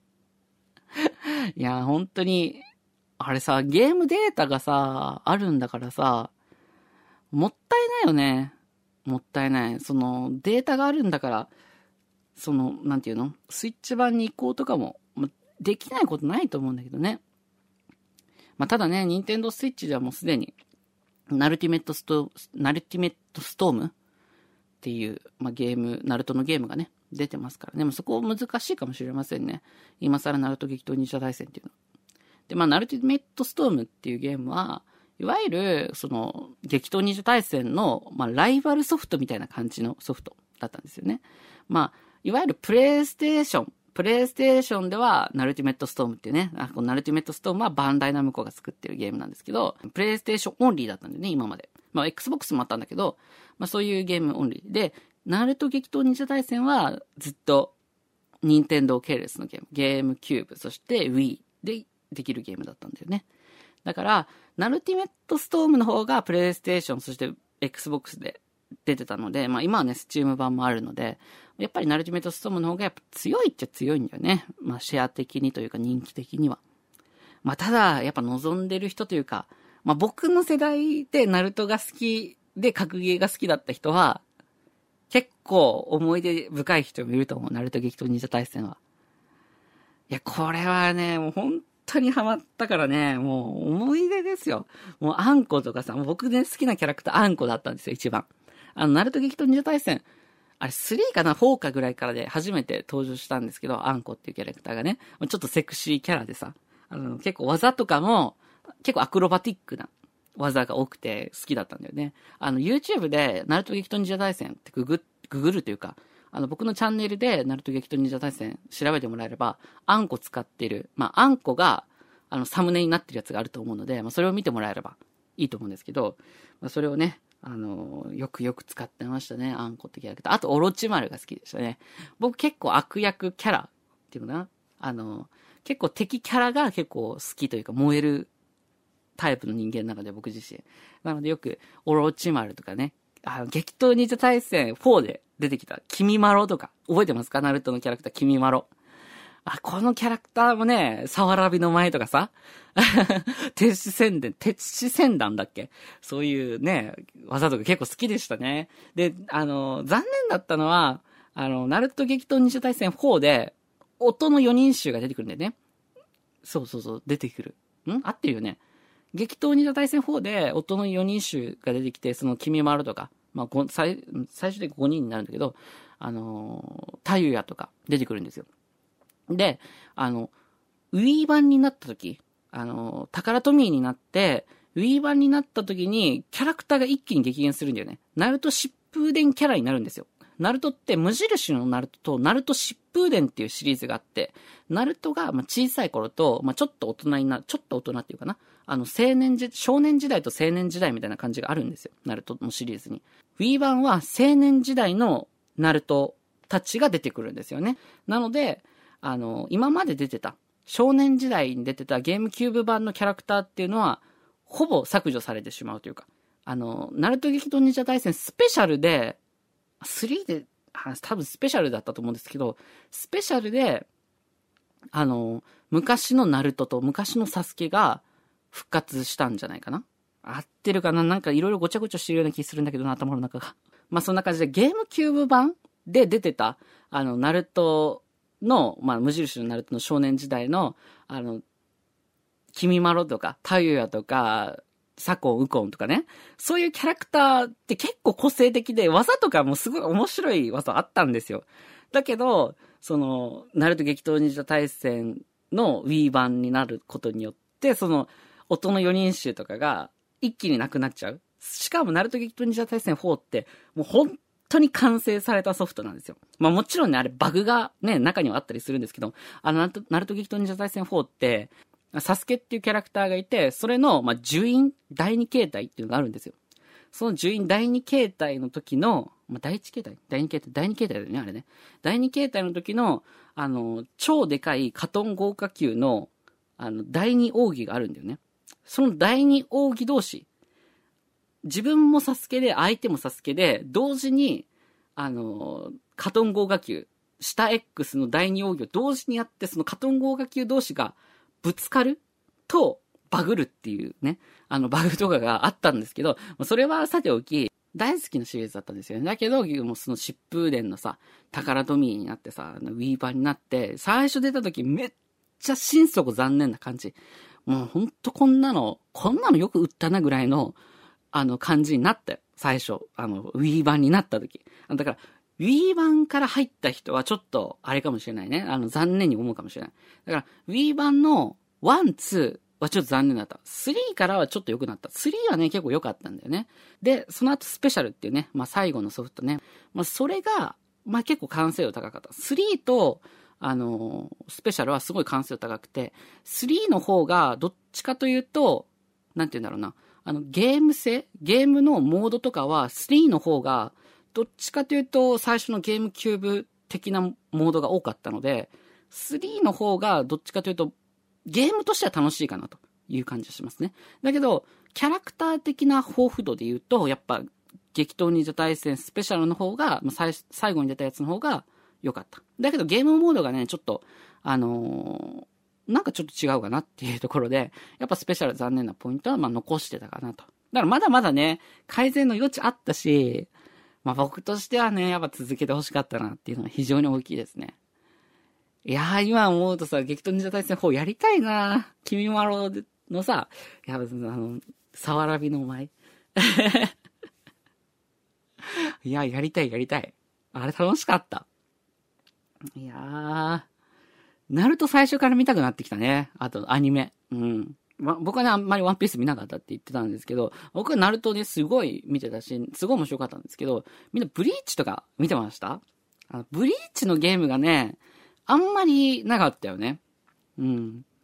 いや、本当に、あれさ、ゲームデータがさ、あるんだからさ、もったいないよね。もったいない。その、データがあるんだから、その、なんていうの？スイッチ版に移行とかも、できないことないと思うんだけどね。まあ、ただね、ニンテンドースイッチではもうすでに、ナルティメットスト、ナルティメットストームっていう、まあ、ゲーム、ナルトのゲームがね、出てますからね。でもそこ難しいかもしれませんね。今更ナルト激闘忍者大戦っていうの。で、まあ、ナルティメットストームっていうゲームは、いわゆる、その、激闘忍者大戦の、まあ、ライバルソフトみたいな感じのソフトだったんですよね。まあ、いわゆるプレイステーション、プレイステーションでは、ナルティメットストームっていうね、あこのナルティメットストームはバンダイナムコが作ってるゲームなんですけど、プレイステーションオンリーだったんでね、今まで。まあ、Xbox もあったんだけど、まあ、そういうゲームオンリーで、ナルト激闘忍者大戦はずっと任天堂系列のゲーム、ゲームキューブ、そして Wii でできるゲームだったんだよね。だから、ナルティメットストームの方がプレイステーション、そして Xbox で出てたので、まあ今はね、スチーム版もあるので、やっぱりナルティメットストームの方がやっぱ強いっちゃ強いんだよね。まあシェア的にというか人気的には。まあただ、やっぱ望んでる人というか、まあ僕の世代でナルトが好きで格ゲーが好きだった人は、結構思い出深い人もいると思う。ナルト激闘忍者大戦は。いや、これはね、もう本当にハマったからね、もう思い出ですよ。もうアンコとかさ、もう僕ね、好きなキャラクターアンコだったんですよ、一番。あの、ナルト激闘忍者大戦、あれスリーかな ?フォー かぐらいからで初めて登場したんですけど、アンコっていうキャラクターがね、ちょっとセクシーキャラでさ、あの、結構技とかも、結構アクロバティックな技が多くて好きだったんだよね。あの、YouTube で、ナルト激闘忍者大戦ってググ、ググるというか、あの、僕のチャンネルで、ナルト激闘忍者大戦調べてもらえれば、アンコ使ってる。まあ、アンコが、 あの、サムネになってるやつがあると思うので、まあ、それを見てもらえればいいと思うんですけど、まあ、それをね、あの、よくよく使ってましたね。あんこってキャラクター。あと、オロチマルが好きでしたね。僕結構悪役キャラっていうのかな。あの、結構敵キャラが結構好きというか燃えるタイプの人間なので、僕自身。なのでよく、オロチマルとかね、あの、激闘忍者対戦フォーで出てきた、キミマロとか、覚えてますか？ナルトのキャラクター、キミマロ。あ、このキャラクターもね、サワラビの前とかさ、鉄子宣伝、鉄子宣伝だっけ？そういうね、技とか結構好きでしたね。で、あの、残念だったのは、あの、ナルト激闘忍者対戦フォーで、音のよにん集が出てくるんだよね。そうそうそう、出てくる。ん？合ってるよね。激闘忍者対戦フォーで、音のよにん集が出てきて、その君丸とか、まあ、最、最終的にごにんになるんだけど、あのー、タユヤとか出てくるんですよ。で、あの、ウィー版になった時、あの、タカラトミーになって、ウィー版になった時に、キャラクターが一気に激減するんだよね。ナルト疾風伝キャラになるんですよ。ナルトって無印のナルトとナルト疾風伝っていうシリーズがあって、ナルトがまあ小さい頃と、まあ、ちょっと大人になる、ちょっと大人っていうかな。あの、青年時、少年時代と青年時代みたいな感じがあるんですよ。ナルトのシリーズに。ウィー版は青年時代のナルトたちが出てくるんですよね。なので、あの、今まで出てた、少年時代に出てたゲームキューブ版のキャラクターっていうのは、ほぼ削除されてしまうというか、あの、ナルト激闘忍者対戦スペシャルで、スリーで、多分スペシャルだったと思うんですけど、スペシャルで、あの、昔のナルトと昔のサスケが復活したんじゃないかな？合ってるかな？なんかいろいろごちゃごちゃしてるような気するんだけどな、頭の中が。まあそんな感じでゲームキューブ版で出てた、あの、ナルトの、まあ無印のナルトの少年時代の、あの、君まろとか、タユヤとか、サコン、ウコンとかね。そういうキャラクターって結構個性的で、技とかもすごい面白い技あったんですよ。だけど、その、ナルト激闘忍者対戦の Wii 版になることによって、その、音のよにん集とかが一気になくなっちゃう。しかも、ナルト激闘忍者対戦フォーって、もう本当に完成されたソフトなんですよ。まあもちろんね、あれバグがね、中にはあったりするんですけど、あの、ナルト激闘忍者対戦フォーって、サスケっていうキャラクターがいて、それの、まあ、呪印、だいに形態っていうのがあるんですよ。その呪印だいに形態の時の、まあ、だいいち形態だいに形態だいに形態だよね、あれね。だいに形態の時の、あの、超でかいカトン豪華級の、あの、だいに奥義があるんだよね。そのだいに奥義同士、自分もサスケで、相手もサスケで、同時に、あの、カトン豪華級、下 X のだいに奥義を同時にやって、そのカトン豪華級同士が、ぶつかるとバグるっていうね、あのバグとかがあったんですけど、それはさておき、大好きなシリーズだったんですよね。だけど、もうその疾風伝のさ、タカラトミーになってさ、ウィーバーになって、最初出た時めっちゃ心底残念な感じ。もうほんとこんなの、こんなのよく売ったなぐらいの、あの感じになったよ。最初、あの、ウィーバーになった時。だから、ウィー版から入った人はちょっと、あれかもしれないね。あの、残念に思うかもしれない。だから、ウィー版のワン、ツーはちょっと残念だった。スリーからはちょっと良くなった。スリーはね、結構良かったんだよね。で、その後スペシャルっていうね、まあ最後のソフトね。まあそれが、まあ結構完成度高かった。スリーと、あのー、スペシャルはすごい完成度高くて、スリーの方がどっちかというと、なんて言うんだろうな。あの、ゲーム性ゲームのモードとかはスリーの方が、どっちかというと、最初のゲームキューブ的なモードが多かったので、スリーの方がどっちかというと、ゲームとしては楽しいかなという感じがしますね。だけど、キャラクター的な豊富度で言うと、やっぱ、激闘忍者対戦スペシャルの方が、最最後に出たやつの方が良かった。だけど、ゲームモードがね、ちょっと、あのー、なんかちょっと違うかなっていうところで、やっぱスペシャル残念なポイントは、まあ残してたかなと。だからまだまだね、改善の余地あったし、まあ僕としてはね、やっぱ続けて欲しかったなっていうのが非常に大きいですね。いやー、今思うとさ、激闘忍者対戦フォーやりたいな。君まろのさ、いや、あの、さわらびの舞。いや、やりたい、やりたい。あれ楽しかった。いやー、ナルト最初から見たくなってきたね。あと、アニメ。うん。ま、僕はね、あんまりワンピース見なかったって言ってたんですけど、僕はナルトですごい見てたし、すごい面白かったんですけど、みんなブリーチとか見てました？あのブリーチのゲームがね、あんまりなかったよね。うん。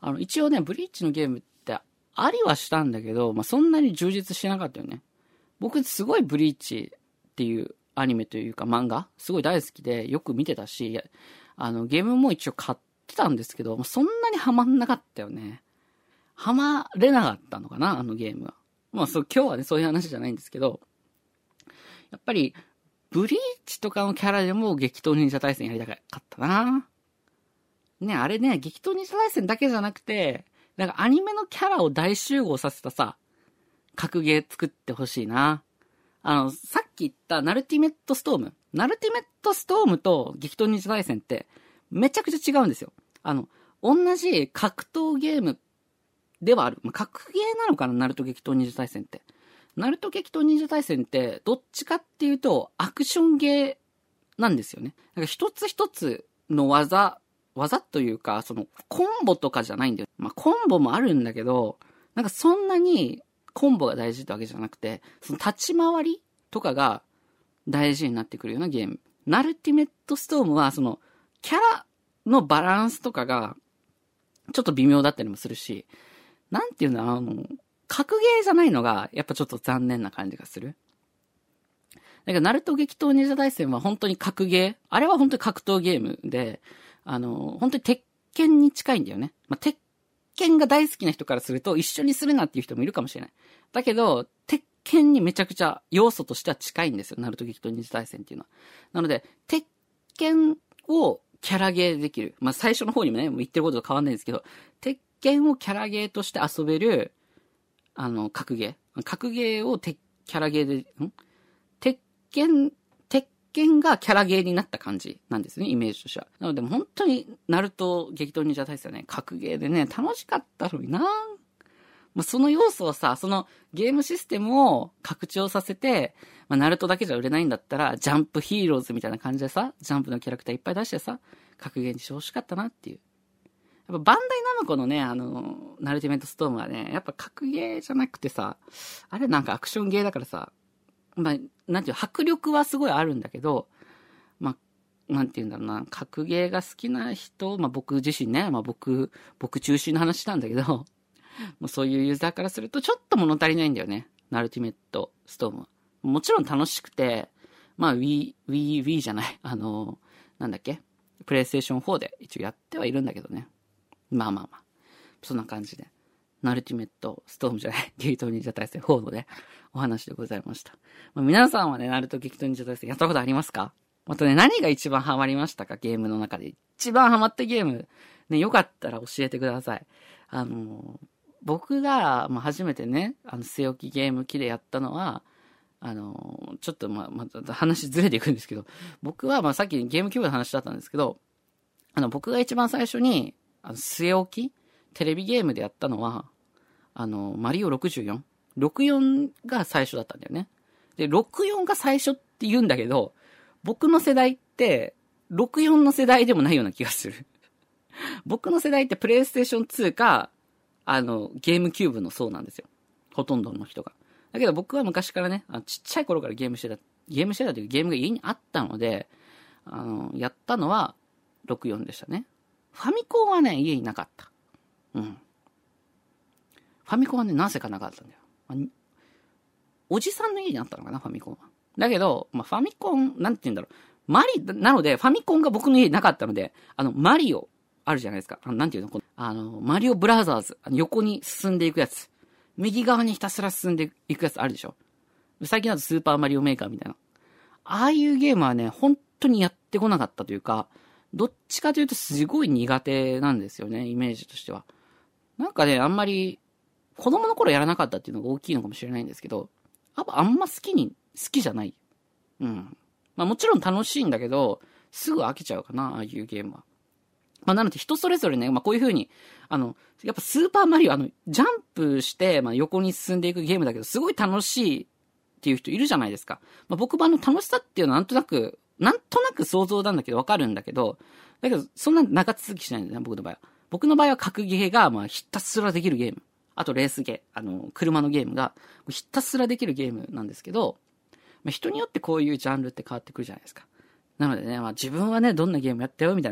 あの、一応ね、ブリーチのゲームってありはしたんだけど、まあ、そんなに充実してなかったよね。僕すごいブリーチっていうアニメというか漫画すごい大好きでよく見てたし、あのゲームも一応買ってたんですけど、そんなにハマんなかったよね。ハマれなかったのかな、あのゲームは。まあそう今日はねそういう話じゃないんですけど、やっぱりブリーチとかのキャラでも激闘忍者対戦やりたかったな。ね、あれね、激闘忍者対戦だけじゃなくて、なんかアニメのキャラを大集合させたさ、格ゲー作ってほしいな。あの、さっき言ったナルティメットストーム。ナルティメットストームと激闘忍者対戦ってめちゃくちゃ違うんですよ。あの、同じ格闘ゲームではある。まあ、格ゲーなのかな、ナルト激闘忍者対戦って。ナルト激闘忍者対戦ってどっちかっていうとアクションゲーなんですよね。なんか一つ一つの技、技というか、そのコンボとかじゃないんだよ。まあ、コンボもあるんだけど、なんかそんなにコンボが大事ってわけじゃなくて、その立ち回りとかが大事になってくるようなゲーム。ナルティメットストームは、その、キャラのバランスとかが、ちょっと微妙だったりもするし、なんていうんだろう、あの、格ゲーじゃないのが、やっぱちょっと残念な感じがする。だから、ナルト激闘忍者大戦は本当に格ゲー。あれは本当に格闘ゲームで、あの、本当に鉄拳に近いんだよね。まあ、鉄拳が大好きな人からすると一緒にするなっていう人もいるかもしれない。だけど、鉄拳にめちゃくちゃ要素としては近いんですよ。ナルト激闘忍者対戦っていうのは。なので、鉄拳をキャラゲーできる。まあ、最初の方にもね、もう言ってることと変わんないんですけど、鉄拳をキャラゲーとして遊べる、あの、格ゲー。格ゲーを鉄、キャラゲーで、ん鉄拳、鉄拳がキャラゲーになった感じなんですね、イメージとしては。なので、本当に、ナルト激闘忍者対戦はね、格ゲーでね、楽しかったのにな。まあ、その要素をさ、そのゲームシステムを拡張させて、まあ、ナルトだけじゃ売れないんだったら、ジャンプヒーローズみたいな感じでさ、ジャンプのキャラクターいっぱい出してさ、格ゲーにしてほしかったなっていう。やっぱバンダイナムコのね、あの、ナルティメットストームはね、やっぱ格ゲーじゃなくてさ、あれなんかアクションゲーだからさ、まあ、なんていう、迫力はすごいあるんだけど、まあ、なんていうんだろうな、格ゲーが好きな人、まあ僕自身ね、まあ僕、僕中心の話なんだけど、もうそういうユーザーからするとちょっと物足りないんだよね。ナルティメットストームは。もちろん楽しくて、まあ Wii、Wii、Wii じゃない。あの、なんだっけプレイステーションフォーで一応やってはいるんだけどね。まあまあまあ。そんな感じで。ナルティメットストームじゃない。激闘忍者対戦フォーのね、お話でございました。まあ、皆さんはね、ナルト激闘忍者対戦やったことありますか？またね、何が一番ハマりましたか？ゲームの中で。一番ハマったゲーム。ね、よかったら教えてください。あのー、僕が、まあ、初めてね、あの、据え置きゲーム機でやったのは、あのー、ちょっとまあ、まあ、話ずれていくんですけど、僕はまあさっきゲームキューブの話だったんですけど、あの、僕が一番最初に、あの、据え置きテレビゲームでやったのは、あの、マリオろくじゅうよん。ろくじゅうよんが最初だったんだよね。で、ろくじゅうよんが最初って言うんだけど、僕の世代って、ろくじゅうよんの世代でもないような気がする。僕の世代ってプレイステーションツーか、あの、ゲームキューブの層なんですよ。ほとんどの人が。だけど僕は昔からね、あちっちゃい頃からゲームしてた、ゲームしてたというゲームが家にあったので、あの、やったのはろくじゅうよんでしたね。ファミコンはね、家になかった。うん。ファミコンはね、なぜかなかったんだよ。おじさんの家にあったのかな、ファミコンは。だけど、まあ、ファミコン、なんて言うんだろう。マリ、なので、ファミコンが僕の家になかったので、あの、マリオ、あるじゃないですか。あのなんていうのこのあの、マリオブラザーズ。あの横に進んでいくやつ。右側にひたすら進んでいくやつあるでしょ。最近だとスーパーマリオメーカーみたいな。ああいうゲームはね、本当にやってこなかったというか、どっちかというとすごい苦手なんですよね、イメージとしては。なんかね、あんまり、子供の頃やらなかったっていうのが大きいのかもしれないんですけど、やっぱあんま好きに、好きじゃない。うん。まあもちろん楽しいんだけど、すぐ飽きちゃうかな、ああいうゲームは。まあなので人それぞれね、まあこういう風に、あの、やっぱスーパーマリオ、あの、ジャンプして、まあ横に進んでいくゲームだけど、すごい楽しいっていう人いるじゃないですか。まあ僕もあの楽しさっていうのはなんとなく、なんとなく想像なんだけどわかるんだけど、だけどそんな長続きしないんだよね、僕の場合は。僕の場合は格ゲーが、まあひたすらできるゲーム。あとレースゲー、あの、車のゲームが、ひたすらできるゲームなんですけど、まあ人によってこういうジャンルって変わってくるじゃないですか。なのでね、まあ自分はね、どんなゲームやったよみたいな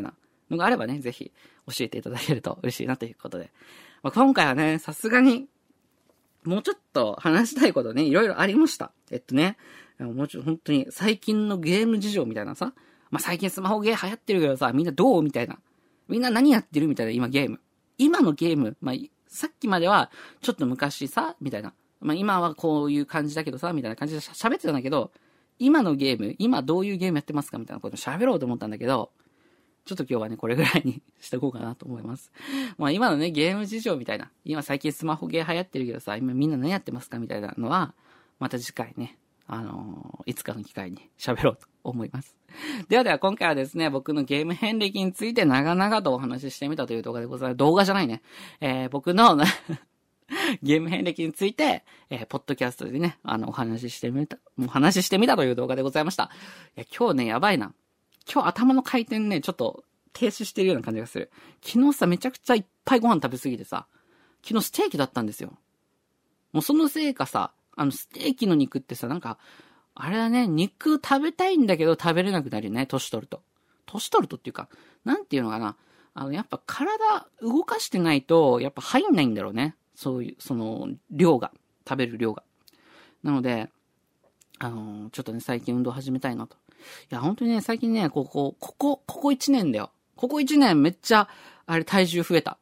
のがあればね、ぜひ教えていただけると嬉しいなということで。まあ、今回はね、さすがに、もうちょっと話したいことね、いろいろありました。えっとね、もうちょっと本当に最近のゲーム事情みたいなさ、まあ、最近スマホゲー流行ってるけどさ、みんなどうみたいな。みんな何やってるみたいな、今ゲーム。今のゲーム、まあ、さっきまでは、ちょっと昔さ、みたいな。まあ、今はこういう感じだけどさ、みたいな感じで喋ってたんだけど、今のゲーム、今どういうゲームやってますかみたいなことを喋ろうと思ったんだけど、ちょっと今日はね、これぐらいにしとこうかなと思います。まあ今のね、ゲーム事情みたいな。今最近スマホゲー流行ってるけどさ、今みんな何やってますかみたいなのは、また次回ね、あのー、いつかの機会に喋ろうと思います。ではでは今回はですね、僕のゲーム遍歴について長々とお話ししてみたという動画でございます。動画じゃないね。えー、僕のゲーム遍歴について、えー、ポッドキャストでね、あの、お話ししてみた、お話ししてみたという動画でございました。いや、今日ね、やばいな。今日頭の回転ね、ちょっと停止してるような感じがする。昨日さ、めちゃくちゃいっぱいご飯食べ過ぎてさ、昨日ステーキだったんですよ。もうそのせいかさ、あの、ステーキの肉ってさ、なんか、あれだね、肉食べたいんだけど食べれなくなるよね、年取ると。年取るとっていうか、なんていうのかな。あの、やっぱ体動かしてないと、やっぱ入んないんだろうね。そういう、その、量が。食べる量が。なので、あのー、ちょっとね、最近運動始めたいなと。いや、本当にね、最近ね、ここ、ここ、ここ一年だよ。ここ一年めっちゃ、あれ、体重増えた。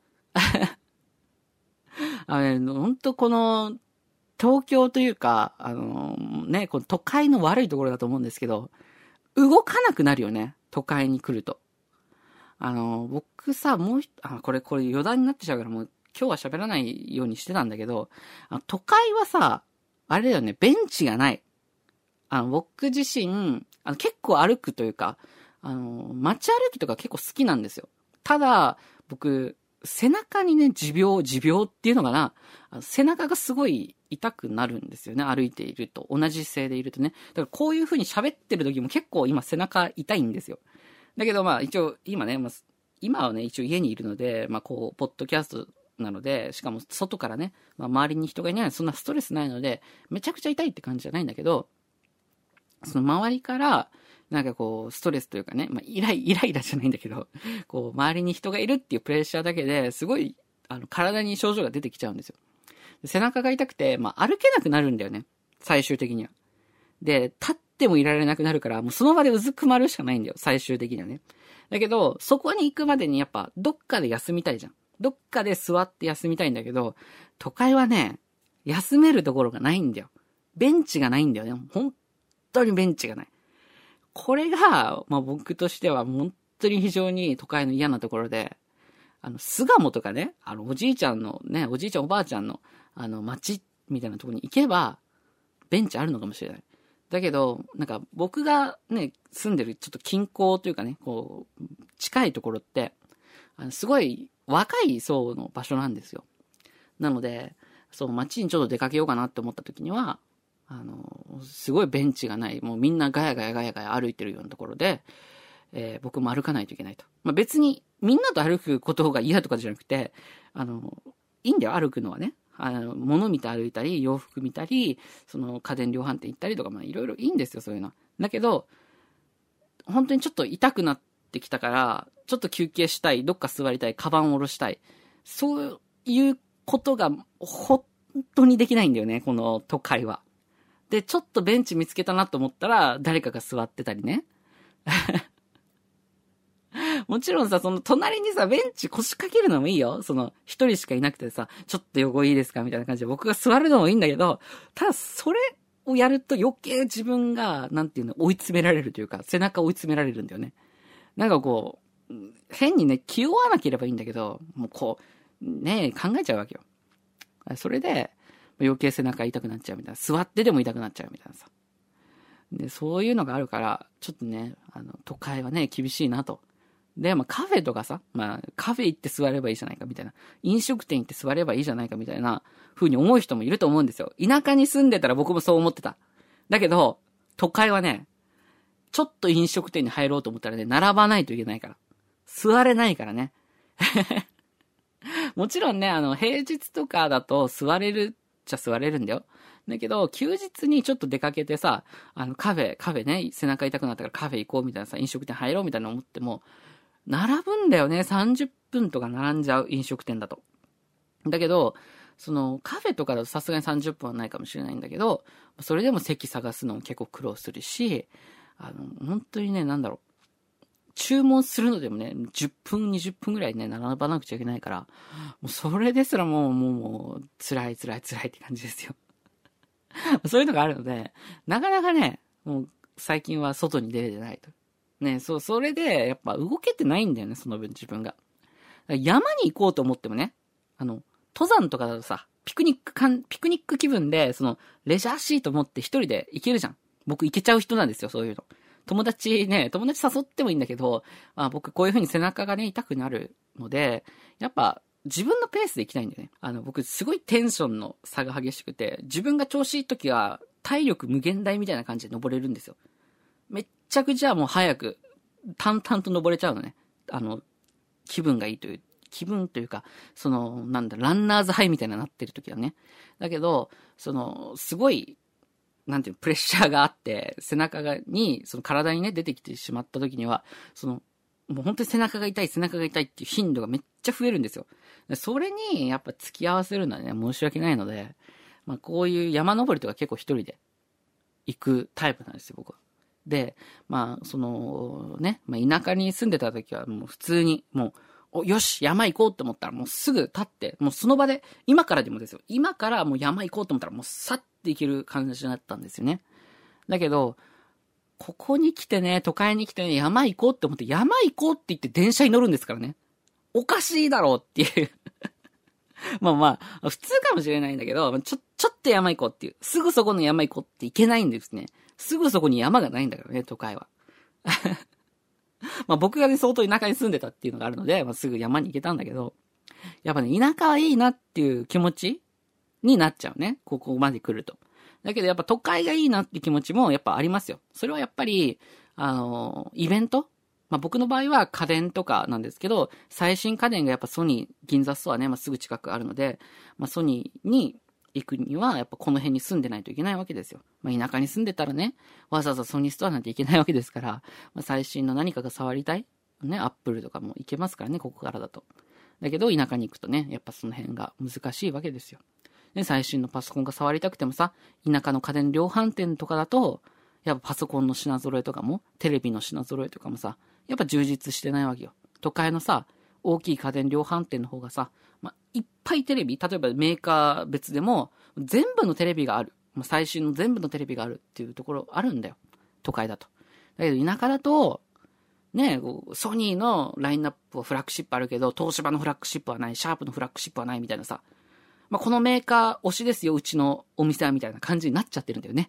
あのね、本当この、東京というか、あのー、ね、この都会の悪いところだと思うんですけど、動かなくなるよね。都会に来ると。あのー、僕さ、もう一、あ、これ、これ余談になってちゃうから、もう今日は喋らないようにしてたんだけど、あの都会はさ、あれだよね、ベンチがない。あの、僕自身、あの、結構歩くというか、あの、街歩きとか結構好きなんですよ。ただ、僕、背中にね、持病、持病っていうのかな、背中がすごい痛くなるんですよね、歩いていると。同じ姿勢でいるとね。だからこういう風に喋ってる時も結構今背中痛いんですよ。だけどまあ一応、今ね、まあ、今はね、一応家にいるので、まあこう、ポッドキャストなので、しかも外からね、まあ周りに人がいないので、そんなストレスないので、めちゃくちゃ痛いって感じじゃないんだけど、その周りから、なんかこう、ストレスというかね、まあ、イライ、イライラじゃないんだけど、こう、周りに人がいるっていうプレッシャーだけですごい、あの、体に症状が出てきちゃうんですよ。背中が痛くて、まあ、歩けなくなるんだよね。最終的には。で、立ってもいられなくなるから、もうその場でうずくまるしかないんだよ。最終的にはね。だけど、そこに行くまでにやっぱ、どっかで休みたいじゃん。どっかで座って休みたいんだけど、都会はね、休めるところがないんだよ。ベンチがないんだよね。本当にベンチがない。これが、まあ僕としては本当に非常に都会の嫌なところで、あの、巣鴨とかね、あの、おじいちゃんのね、おじいちゃんおばあちゃんの、あの、町みたいなところに行けば、ベンチあるのかもしれない。だけど、なんか僕がね、住んでるちょっと近郊というかね、こう、近いところって、あのすごい若い層の場所なんですよ。なので、そう、街にちょっと出かけようかなって思った時には、あの、すごいベンチがない、もうみんなガヤガヤガヤガヤ歩いてるようなところで、えー、僕も歩かないといけないと。まあ、別に、みんなと歩くことが嫌とかじゃなくて、あの、いいんだよ、歩くのはね。あの、物見て歩いたり、洋服見たり、その家電量販店行ったりとか、まあいろいろいいんですよ、そういうのは。だけど、本当にちょっと痛くなってきたから、ちょっと休憩したい、どっか座りたい、カバンを下ろしたい。そういうことが、本当にできないんだよね、この都会は。で、ちょっとベンチ見つけたなと思ったら、誰かが座ってたりね。もちろんさ、その隣にさ、ベンチ腰掛けるのもいいよ。その、一人しかいなくてさ、ちょっと横いいですかみたいな感じで僕が座るのもいいんだけど、ただそれをやると余計自分が、なんていうの、追い詰められるというか、背中追い詰められるんだよね。なんかこう、変にね、気負わなければいいんだけど、もうこう、ね、考えちゃうわけよ。それで、余計背中痛くなっちゃうみたいな。座ってでも痛くなっちゃうみたいなさ。で、そういうのがあるから、ちょっとね、あの、都会はね、厳しいなと。で、まあカフェとかさ、まあカフェ行って座ればいいじゃないかみたいな。飲食店行って座ればいいじゃないかみたいな風に思う人もいると思うんですよ。田舎に住んでたら僕もそう思ってた。だけど、都会はね、ちょっと飲食店に入ろうと思ったらね、並ばないといけないから。座れないからね。もちろんね、あの、平日とかだと座れるっちゃ座れるんだよ。だけど、休日にちょっと出かけてさ、あの、カフェ、カフェね、背中痛くなったからカフェ行こうみたいなさ、飲食店入ろうみたいな思っても、 並ぶんだよね。さんじゅっぷんとか並んじゃう、飲食店だと。だけど、そのカフェとかだとさすがにさんじゅっぷんはないかもしれないんだけど、それでも席探すのも結構苦労するし、あの、本当にね、なんだろう。注文するのでもね、じゅっぷん、にじゅっぷんぐらいね、並ばなくちゃいけないから、もうそれですらもう、もう、もう、辛い辛い辛いって感じですよ。そういうのがあるので、なかなかね、もう最近は外に出れてないと。ね、そう、それで、やっぱ動けてないんだよね、その分自分が。山に行こうと思ってもね、あの、登山とかだとさ、ピクニックかん、ピクニック気分で、その、レジャーシート持って一人で行けるじゃん。僕行けちゃう人なんですよ、そういうの。友達ね、友達誘ってもいいんだけど、まあ、僕こういう風に背中がね、痛くなるので、やっぱ、自分のペースで行きたいんだよね。あの、僕すごいテンションの差が激しくて、自分が調子いい時は、体力無限大みたいな感じで登れるんですよ。めっちゃくちゃもう早く、淡々と登れちゃうのね。あの、気分がいいという、気分というか、その、なんだ、ランナーズハイみたいななってる時はね。だけど、その、すごい、なんていう、プレッシャーがあって、背中が、に、その体にね、出てきてしまった時には、その、もう本当に背中が痛い、背中が痛いっていう頻度がめっちゃ増えるんですよ。それに、やっぱ付き合わせるのはね、申し訳ないので、まあこういう山登りとか結構一人で行くタイプなんですよ、僕は。で、まあ、その、ね、まあ田舎に住んでた時はもう普通に、もう、お、よし、山行こうと思ったらもうすぐ立って、もうその場で、今からでもですよ。今からもう山行こうと思ったらもうさって行ける感じになったんですよね。だけど、ここに来てね、都会に来てね、山行こうって思って、山行こうって言って電車に乗るんですからね。おかしいだろうっていう。まあまあ、普通かもしれないんだけど、ちょ、ちょっと山行こうっていう。すぐそこの山行こうって行けないんですね。すぐそこに山がないんだからね、都会は。まあ僕がね、相当田舎に住んでたっていうのがあるので、まあすぐ山に行けたんだけど、やっぱね、田舎はいいなっていう気持ちになっちゃうね。ここまで来ると。だけどやっぱ都会がいいなって気持ちもやっぱありますよ。それはやっぱり、あの、イベントまあ僕の場合は家電とかなんですけど、最新家電がやっぱソニー、銀座ストアね、まあすぐ近くあるので、まあソニーに行くにはやっぱこの辺に住んでないといけないわけですよ。まあ田舎に住んでたらね、わざわざソニーストアなんて行けないわけですから、まあ最新の何かが触りたいね、アップルとかも行けますからね、ここからだと。だけど田舎に行くとね、やっぱその辺が難しいわけですよ。ね、最新のパソコンが触りたくてもさ、田舎の家電量販店とかだと、やっぱパソコンの品揃えとかも、テレビの品揃えとかもさ、やっぱ充実してないわけよ。都会のさ、大きい家電量販店の方がさ、まあ、いっぱいテレビ、例えばメーカー別でも、全部のテレビがある。最新の全部のテレビがあるっていうところあるんだよ。都会だと。だけど田舎だと、ね、ソニーのラインナップはフラッグシップあるけど、東芝のフラッグシップはない、シャープのフラッグシップはないみたいなさ、まあ、このメーカー推しですよ、うちのお店はみたいな感じになっちゃってるんだよね。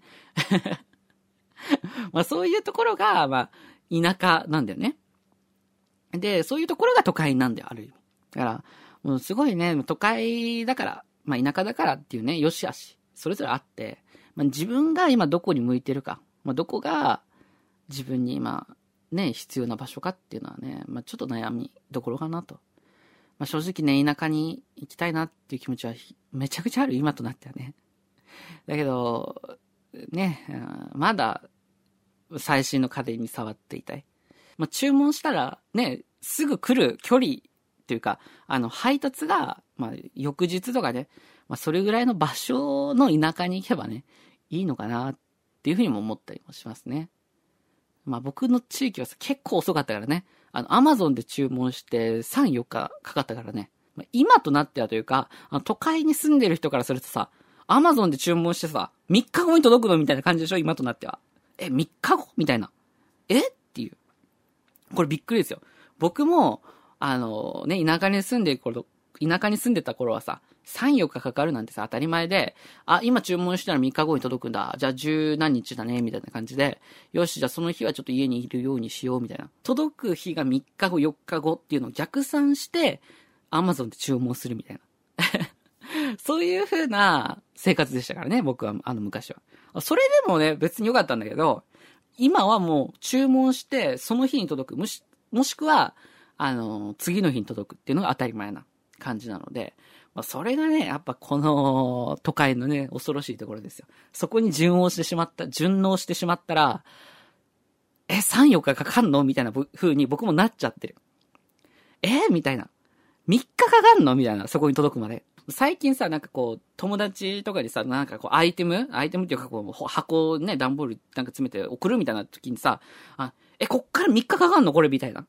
まあそういうところが、まあ、田舎なんだよね。で、そういうところが都会なんだよ、ある意味。だから、もうすごいね、都会だから、まあ田舎だからっていうね、よしあし、それぞれあって、まあ自分が今どこに向いてるか、まあどこが自分に今、ね、必要な場所かっていうのはね、まあちょっと悩みどころかなと。まあ、正直ね、田舎に行きたいなっていう気持ちはめちゃくちゃある、今となってはね。だけど、ね、まだ最新の家電に触っていたい。まあ、注文したらね、すぐ来る距離っていうか、あの、配達が、まあ、翌日とかね、まあ、それぐらいの場所の田舎に行けばね、いいのかなっていうふうにも思ったりもしますね。まあ、僕の地域は結構遅かったからね。あの、アマゾンで注文してさん、よっかかかったからね。今となってはというか、あの都会に住んでる人からするとさ、アマゾンで注文してさ、みっかごに届くのみたいな感じでしょ今となっては。え、みっかごみたいな。えっていう。これびっくりですよ。僕も、あの、ね、田舎に住んでる頃、田舎に住んでた頃はさ、さん、よっかかかるなんてさ、当たり前で、あ、今注文したらみっかごに届くんだ。じゃあ十何日だね、みたいな感じで、よし、じゃあその日はちょっと家にいるようにしよう、みたいな。届く日がみっかご、よっかごっていうのを逆算して、アマゾンで注文するみたいな。そういう風な生活でしたからね、僕は、あの昔は。それでもね、別に良かったんだけど、今はもう注文して、その日に届く。もし、もしくは、あの、次の日に届くっていうのが当たり前な感じなので、まあ、それがね、やっぱこの都会のね、恐ろしいところですよ。そこに順応してしまった、順応してしまったら、え、さん、よっかかかんのみたいな風に僕もなっちゃってる。 えみたいな。みっかかかんのみたいな、そこに届くまで。最近さ、なんかこう、友達とかにさ、なんかこう、アイテムアイテムっていうかこう、箱をね、段ボールなんか詰めて送るみたいな時にさ、あ、え、こっからみっかかかんのこれみたいな。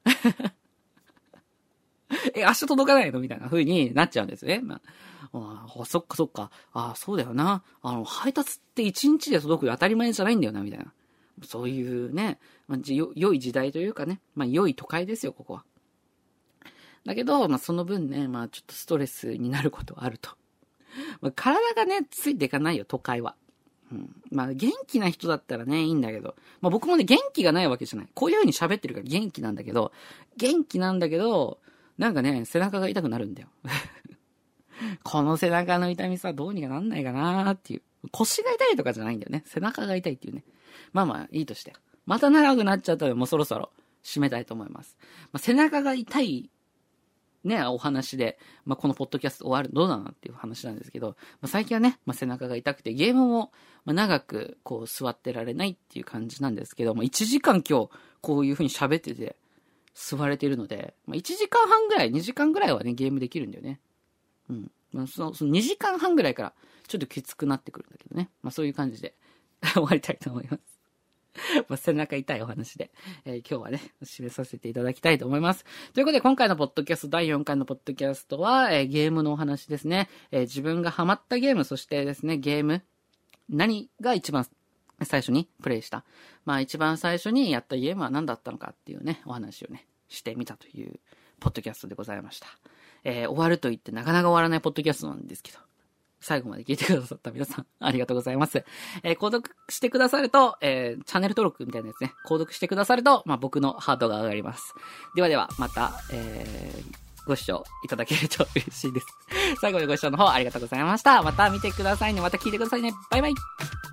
え、明日届かないのみたいな風になっちゃうんですね。まあ、あそっかそっか。あ、そうだよな。あの、配達っていちにちで届くよ当たり前じゃないんだよな、みたいな。そういうね、まあ、よ良い時代というかね、まあ、良い都会ですよ、ここは。だけど、まあ、その分ね、まあ、ちょっとストレスになることはあると。まあ、体がね、ついていかないよ、都会は。うん、まあ、元気な人だったらね、いいんだけど、まあ僕もね、元気がないわけじゃない。こういう風に喋ってるから元気なんだけど、元気なんだけど、なんかね、背中が痛くなるんだよ。この背中の痛みさ、どうにかなんないかなーっていう。腰が痛いとかじゃないんだよね。背中が痛いっていうね。まあまあ、いいとして。また長くなっちゃったらもうそろそろ締めたいと思います。まあ、背中が痛い、ね、お話で、まあ、このポッドキャスト終わる、どうなのっていう話なんですけど、まあ、最近はね、まあ、背中が痛くて、ゲームも、まあ、長く、こう、座ってられないっていう感じなんですけど、まあ、いちじかん今日、こういう風に喋ってて、座れてるので、まあ、いちじかんはんぐらい、にじかんぐらいはね、ゲームできるんだよね。うん。まあ、その、そのにじかんはんぐらいから、ちょっときつくなってくるんだけどね。まあ、そういう感じで、終わりたいと思います。まあ、背中痛いお話で、えー、今日はね、締めさせていただきたいと思います。ということで、今回のポッドキャスト、だいよんかいのポッドキャストは、えー、ゲームのお話ですね。えー、自分がハマったゲーム、そしてですね、ゲーム、何が一番最初にプレイした。まあ、一番最初にやったゲームは何だったのかっていうね、お話をね、してみたという、ポッドキャストでございました。えー、終わると言ってなかなか終わらないポッドキャストなんですけど、最後まで聞いてくださった皆さん、ありがとうございます。えー、購読してくださると、えー、チャンネル登録みたいなやつね、購読してくださると、まあ、僕のハートが上がります。ではでは、また、えー、ご視聴いただけると嬉しいです。最後までご視聴の方ありがとうございました。また見てくださいね。また聞いてくださいね。バイバイ。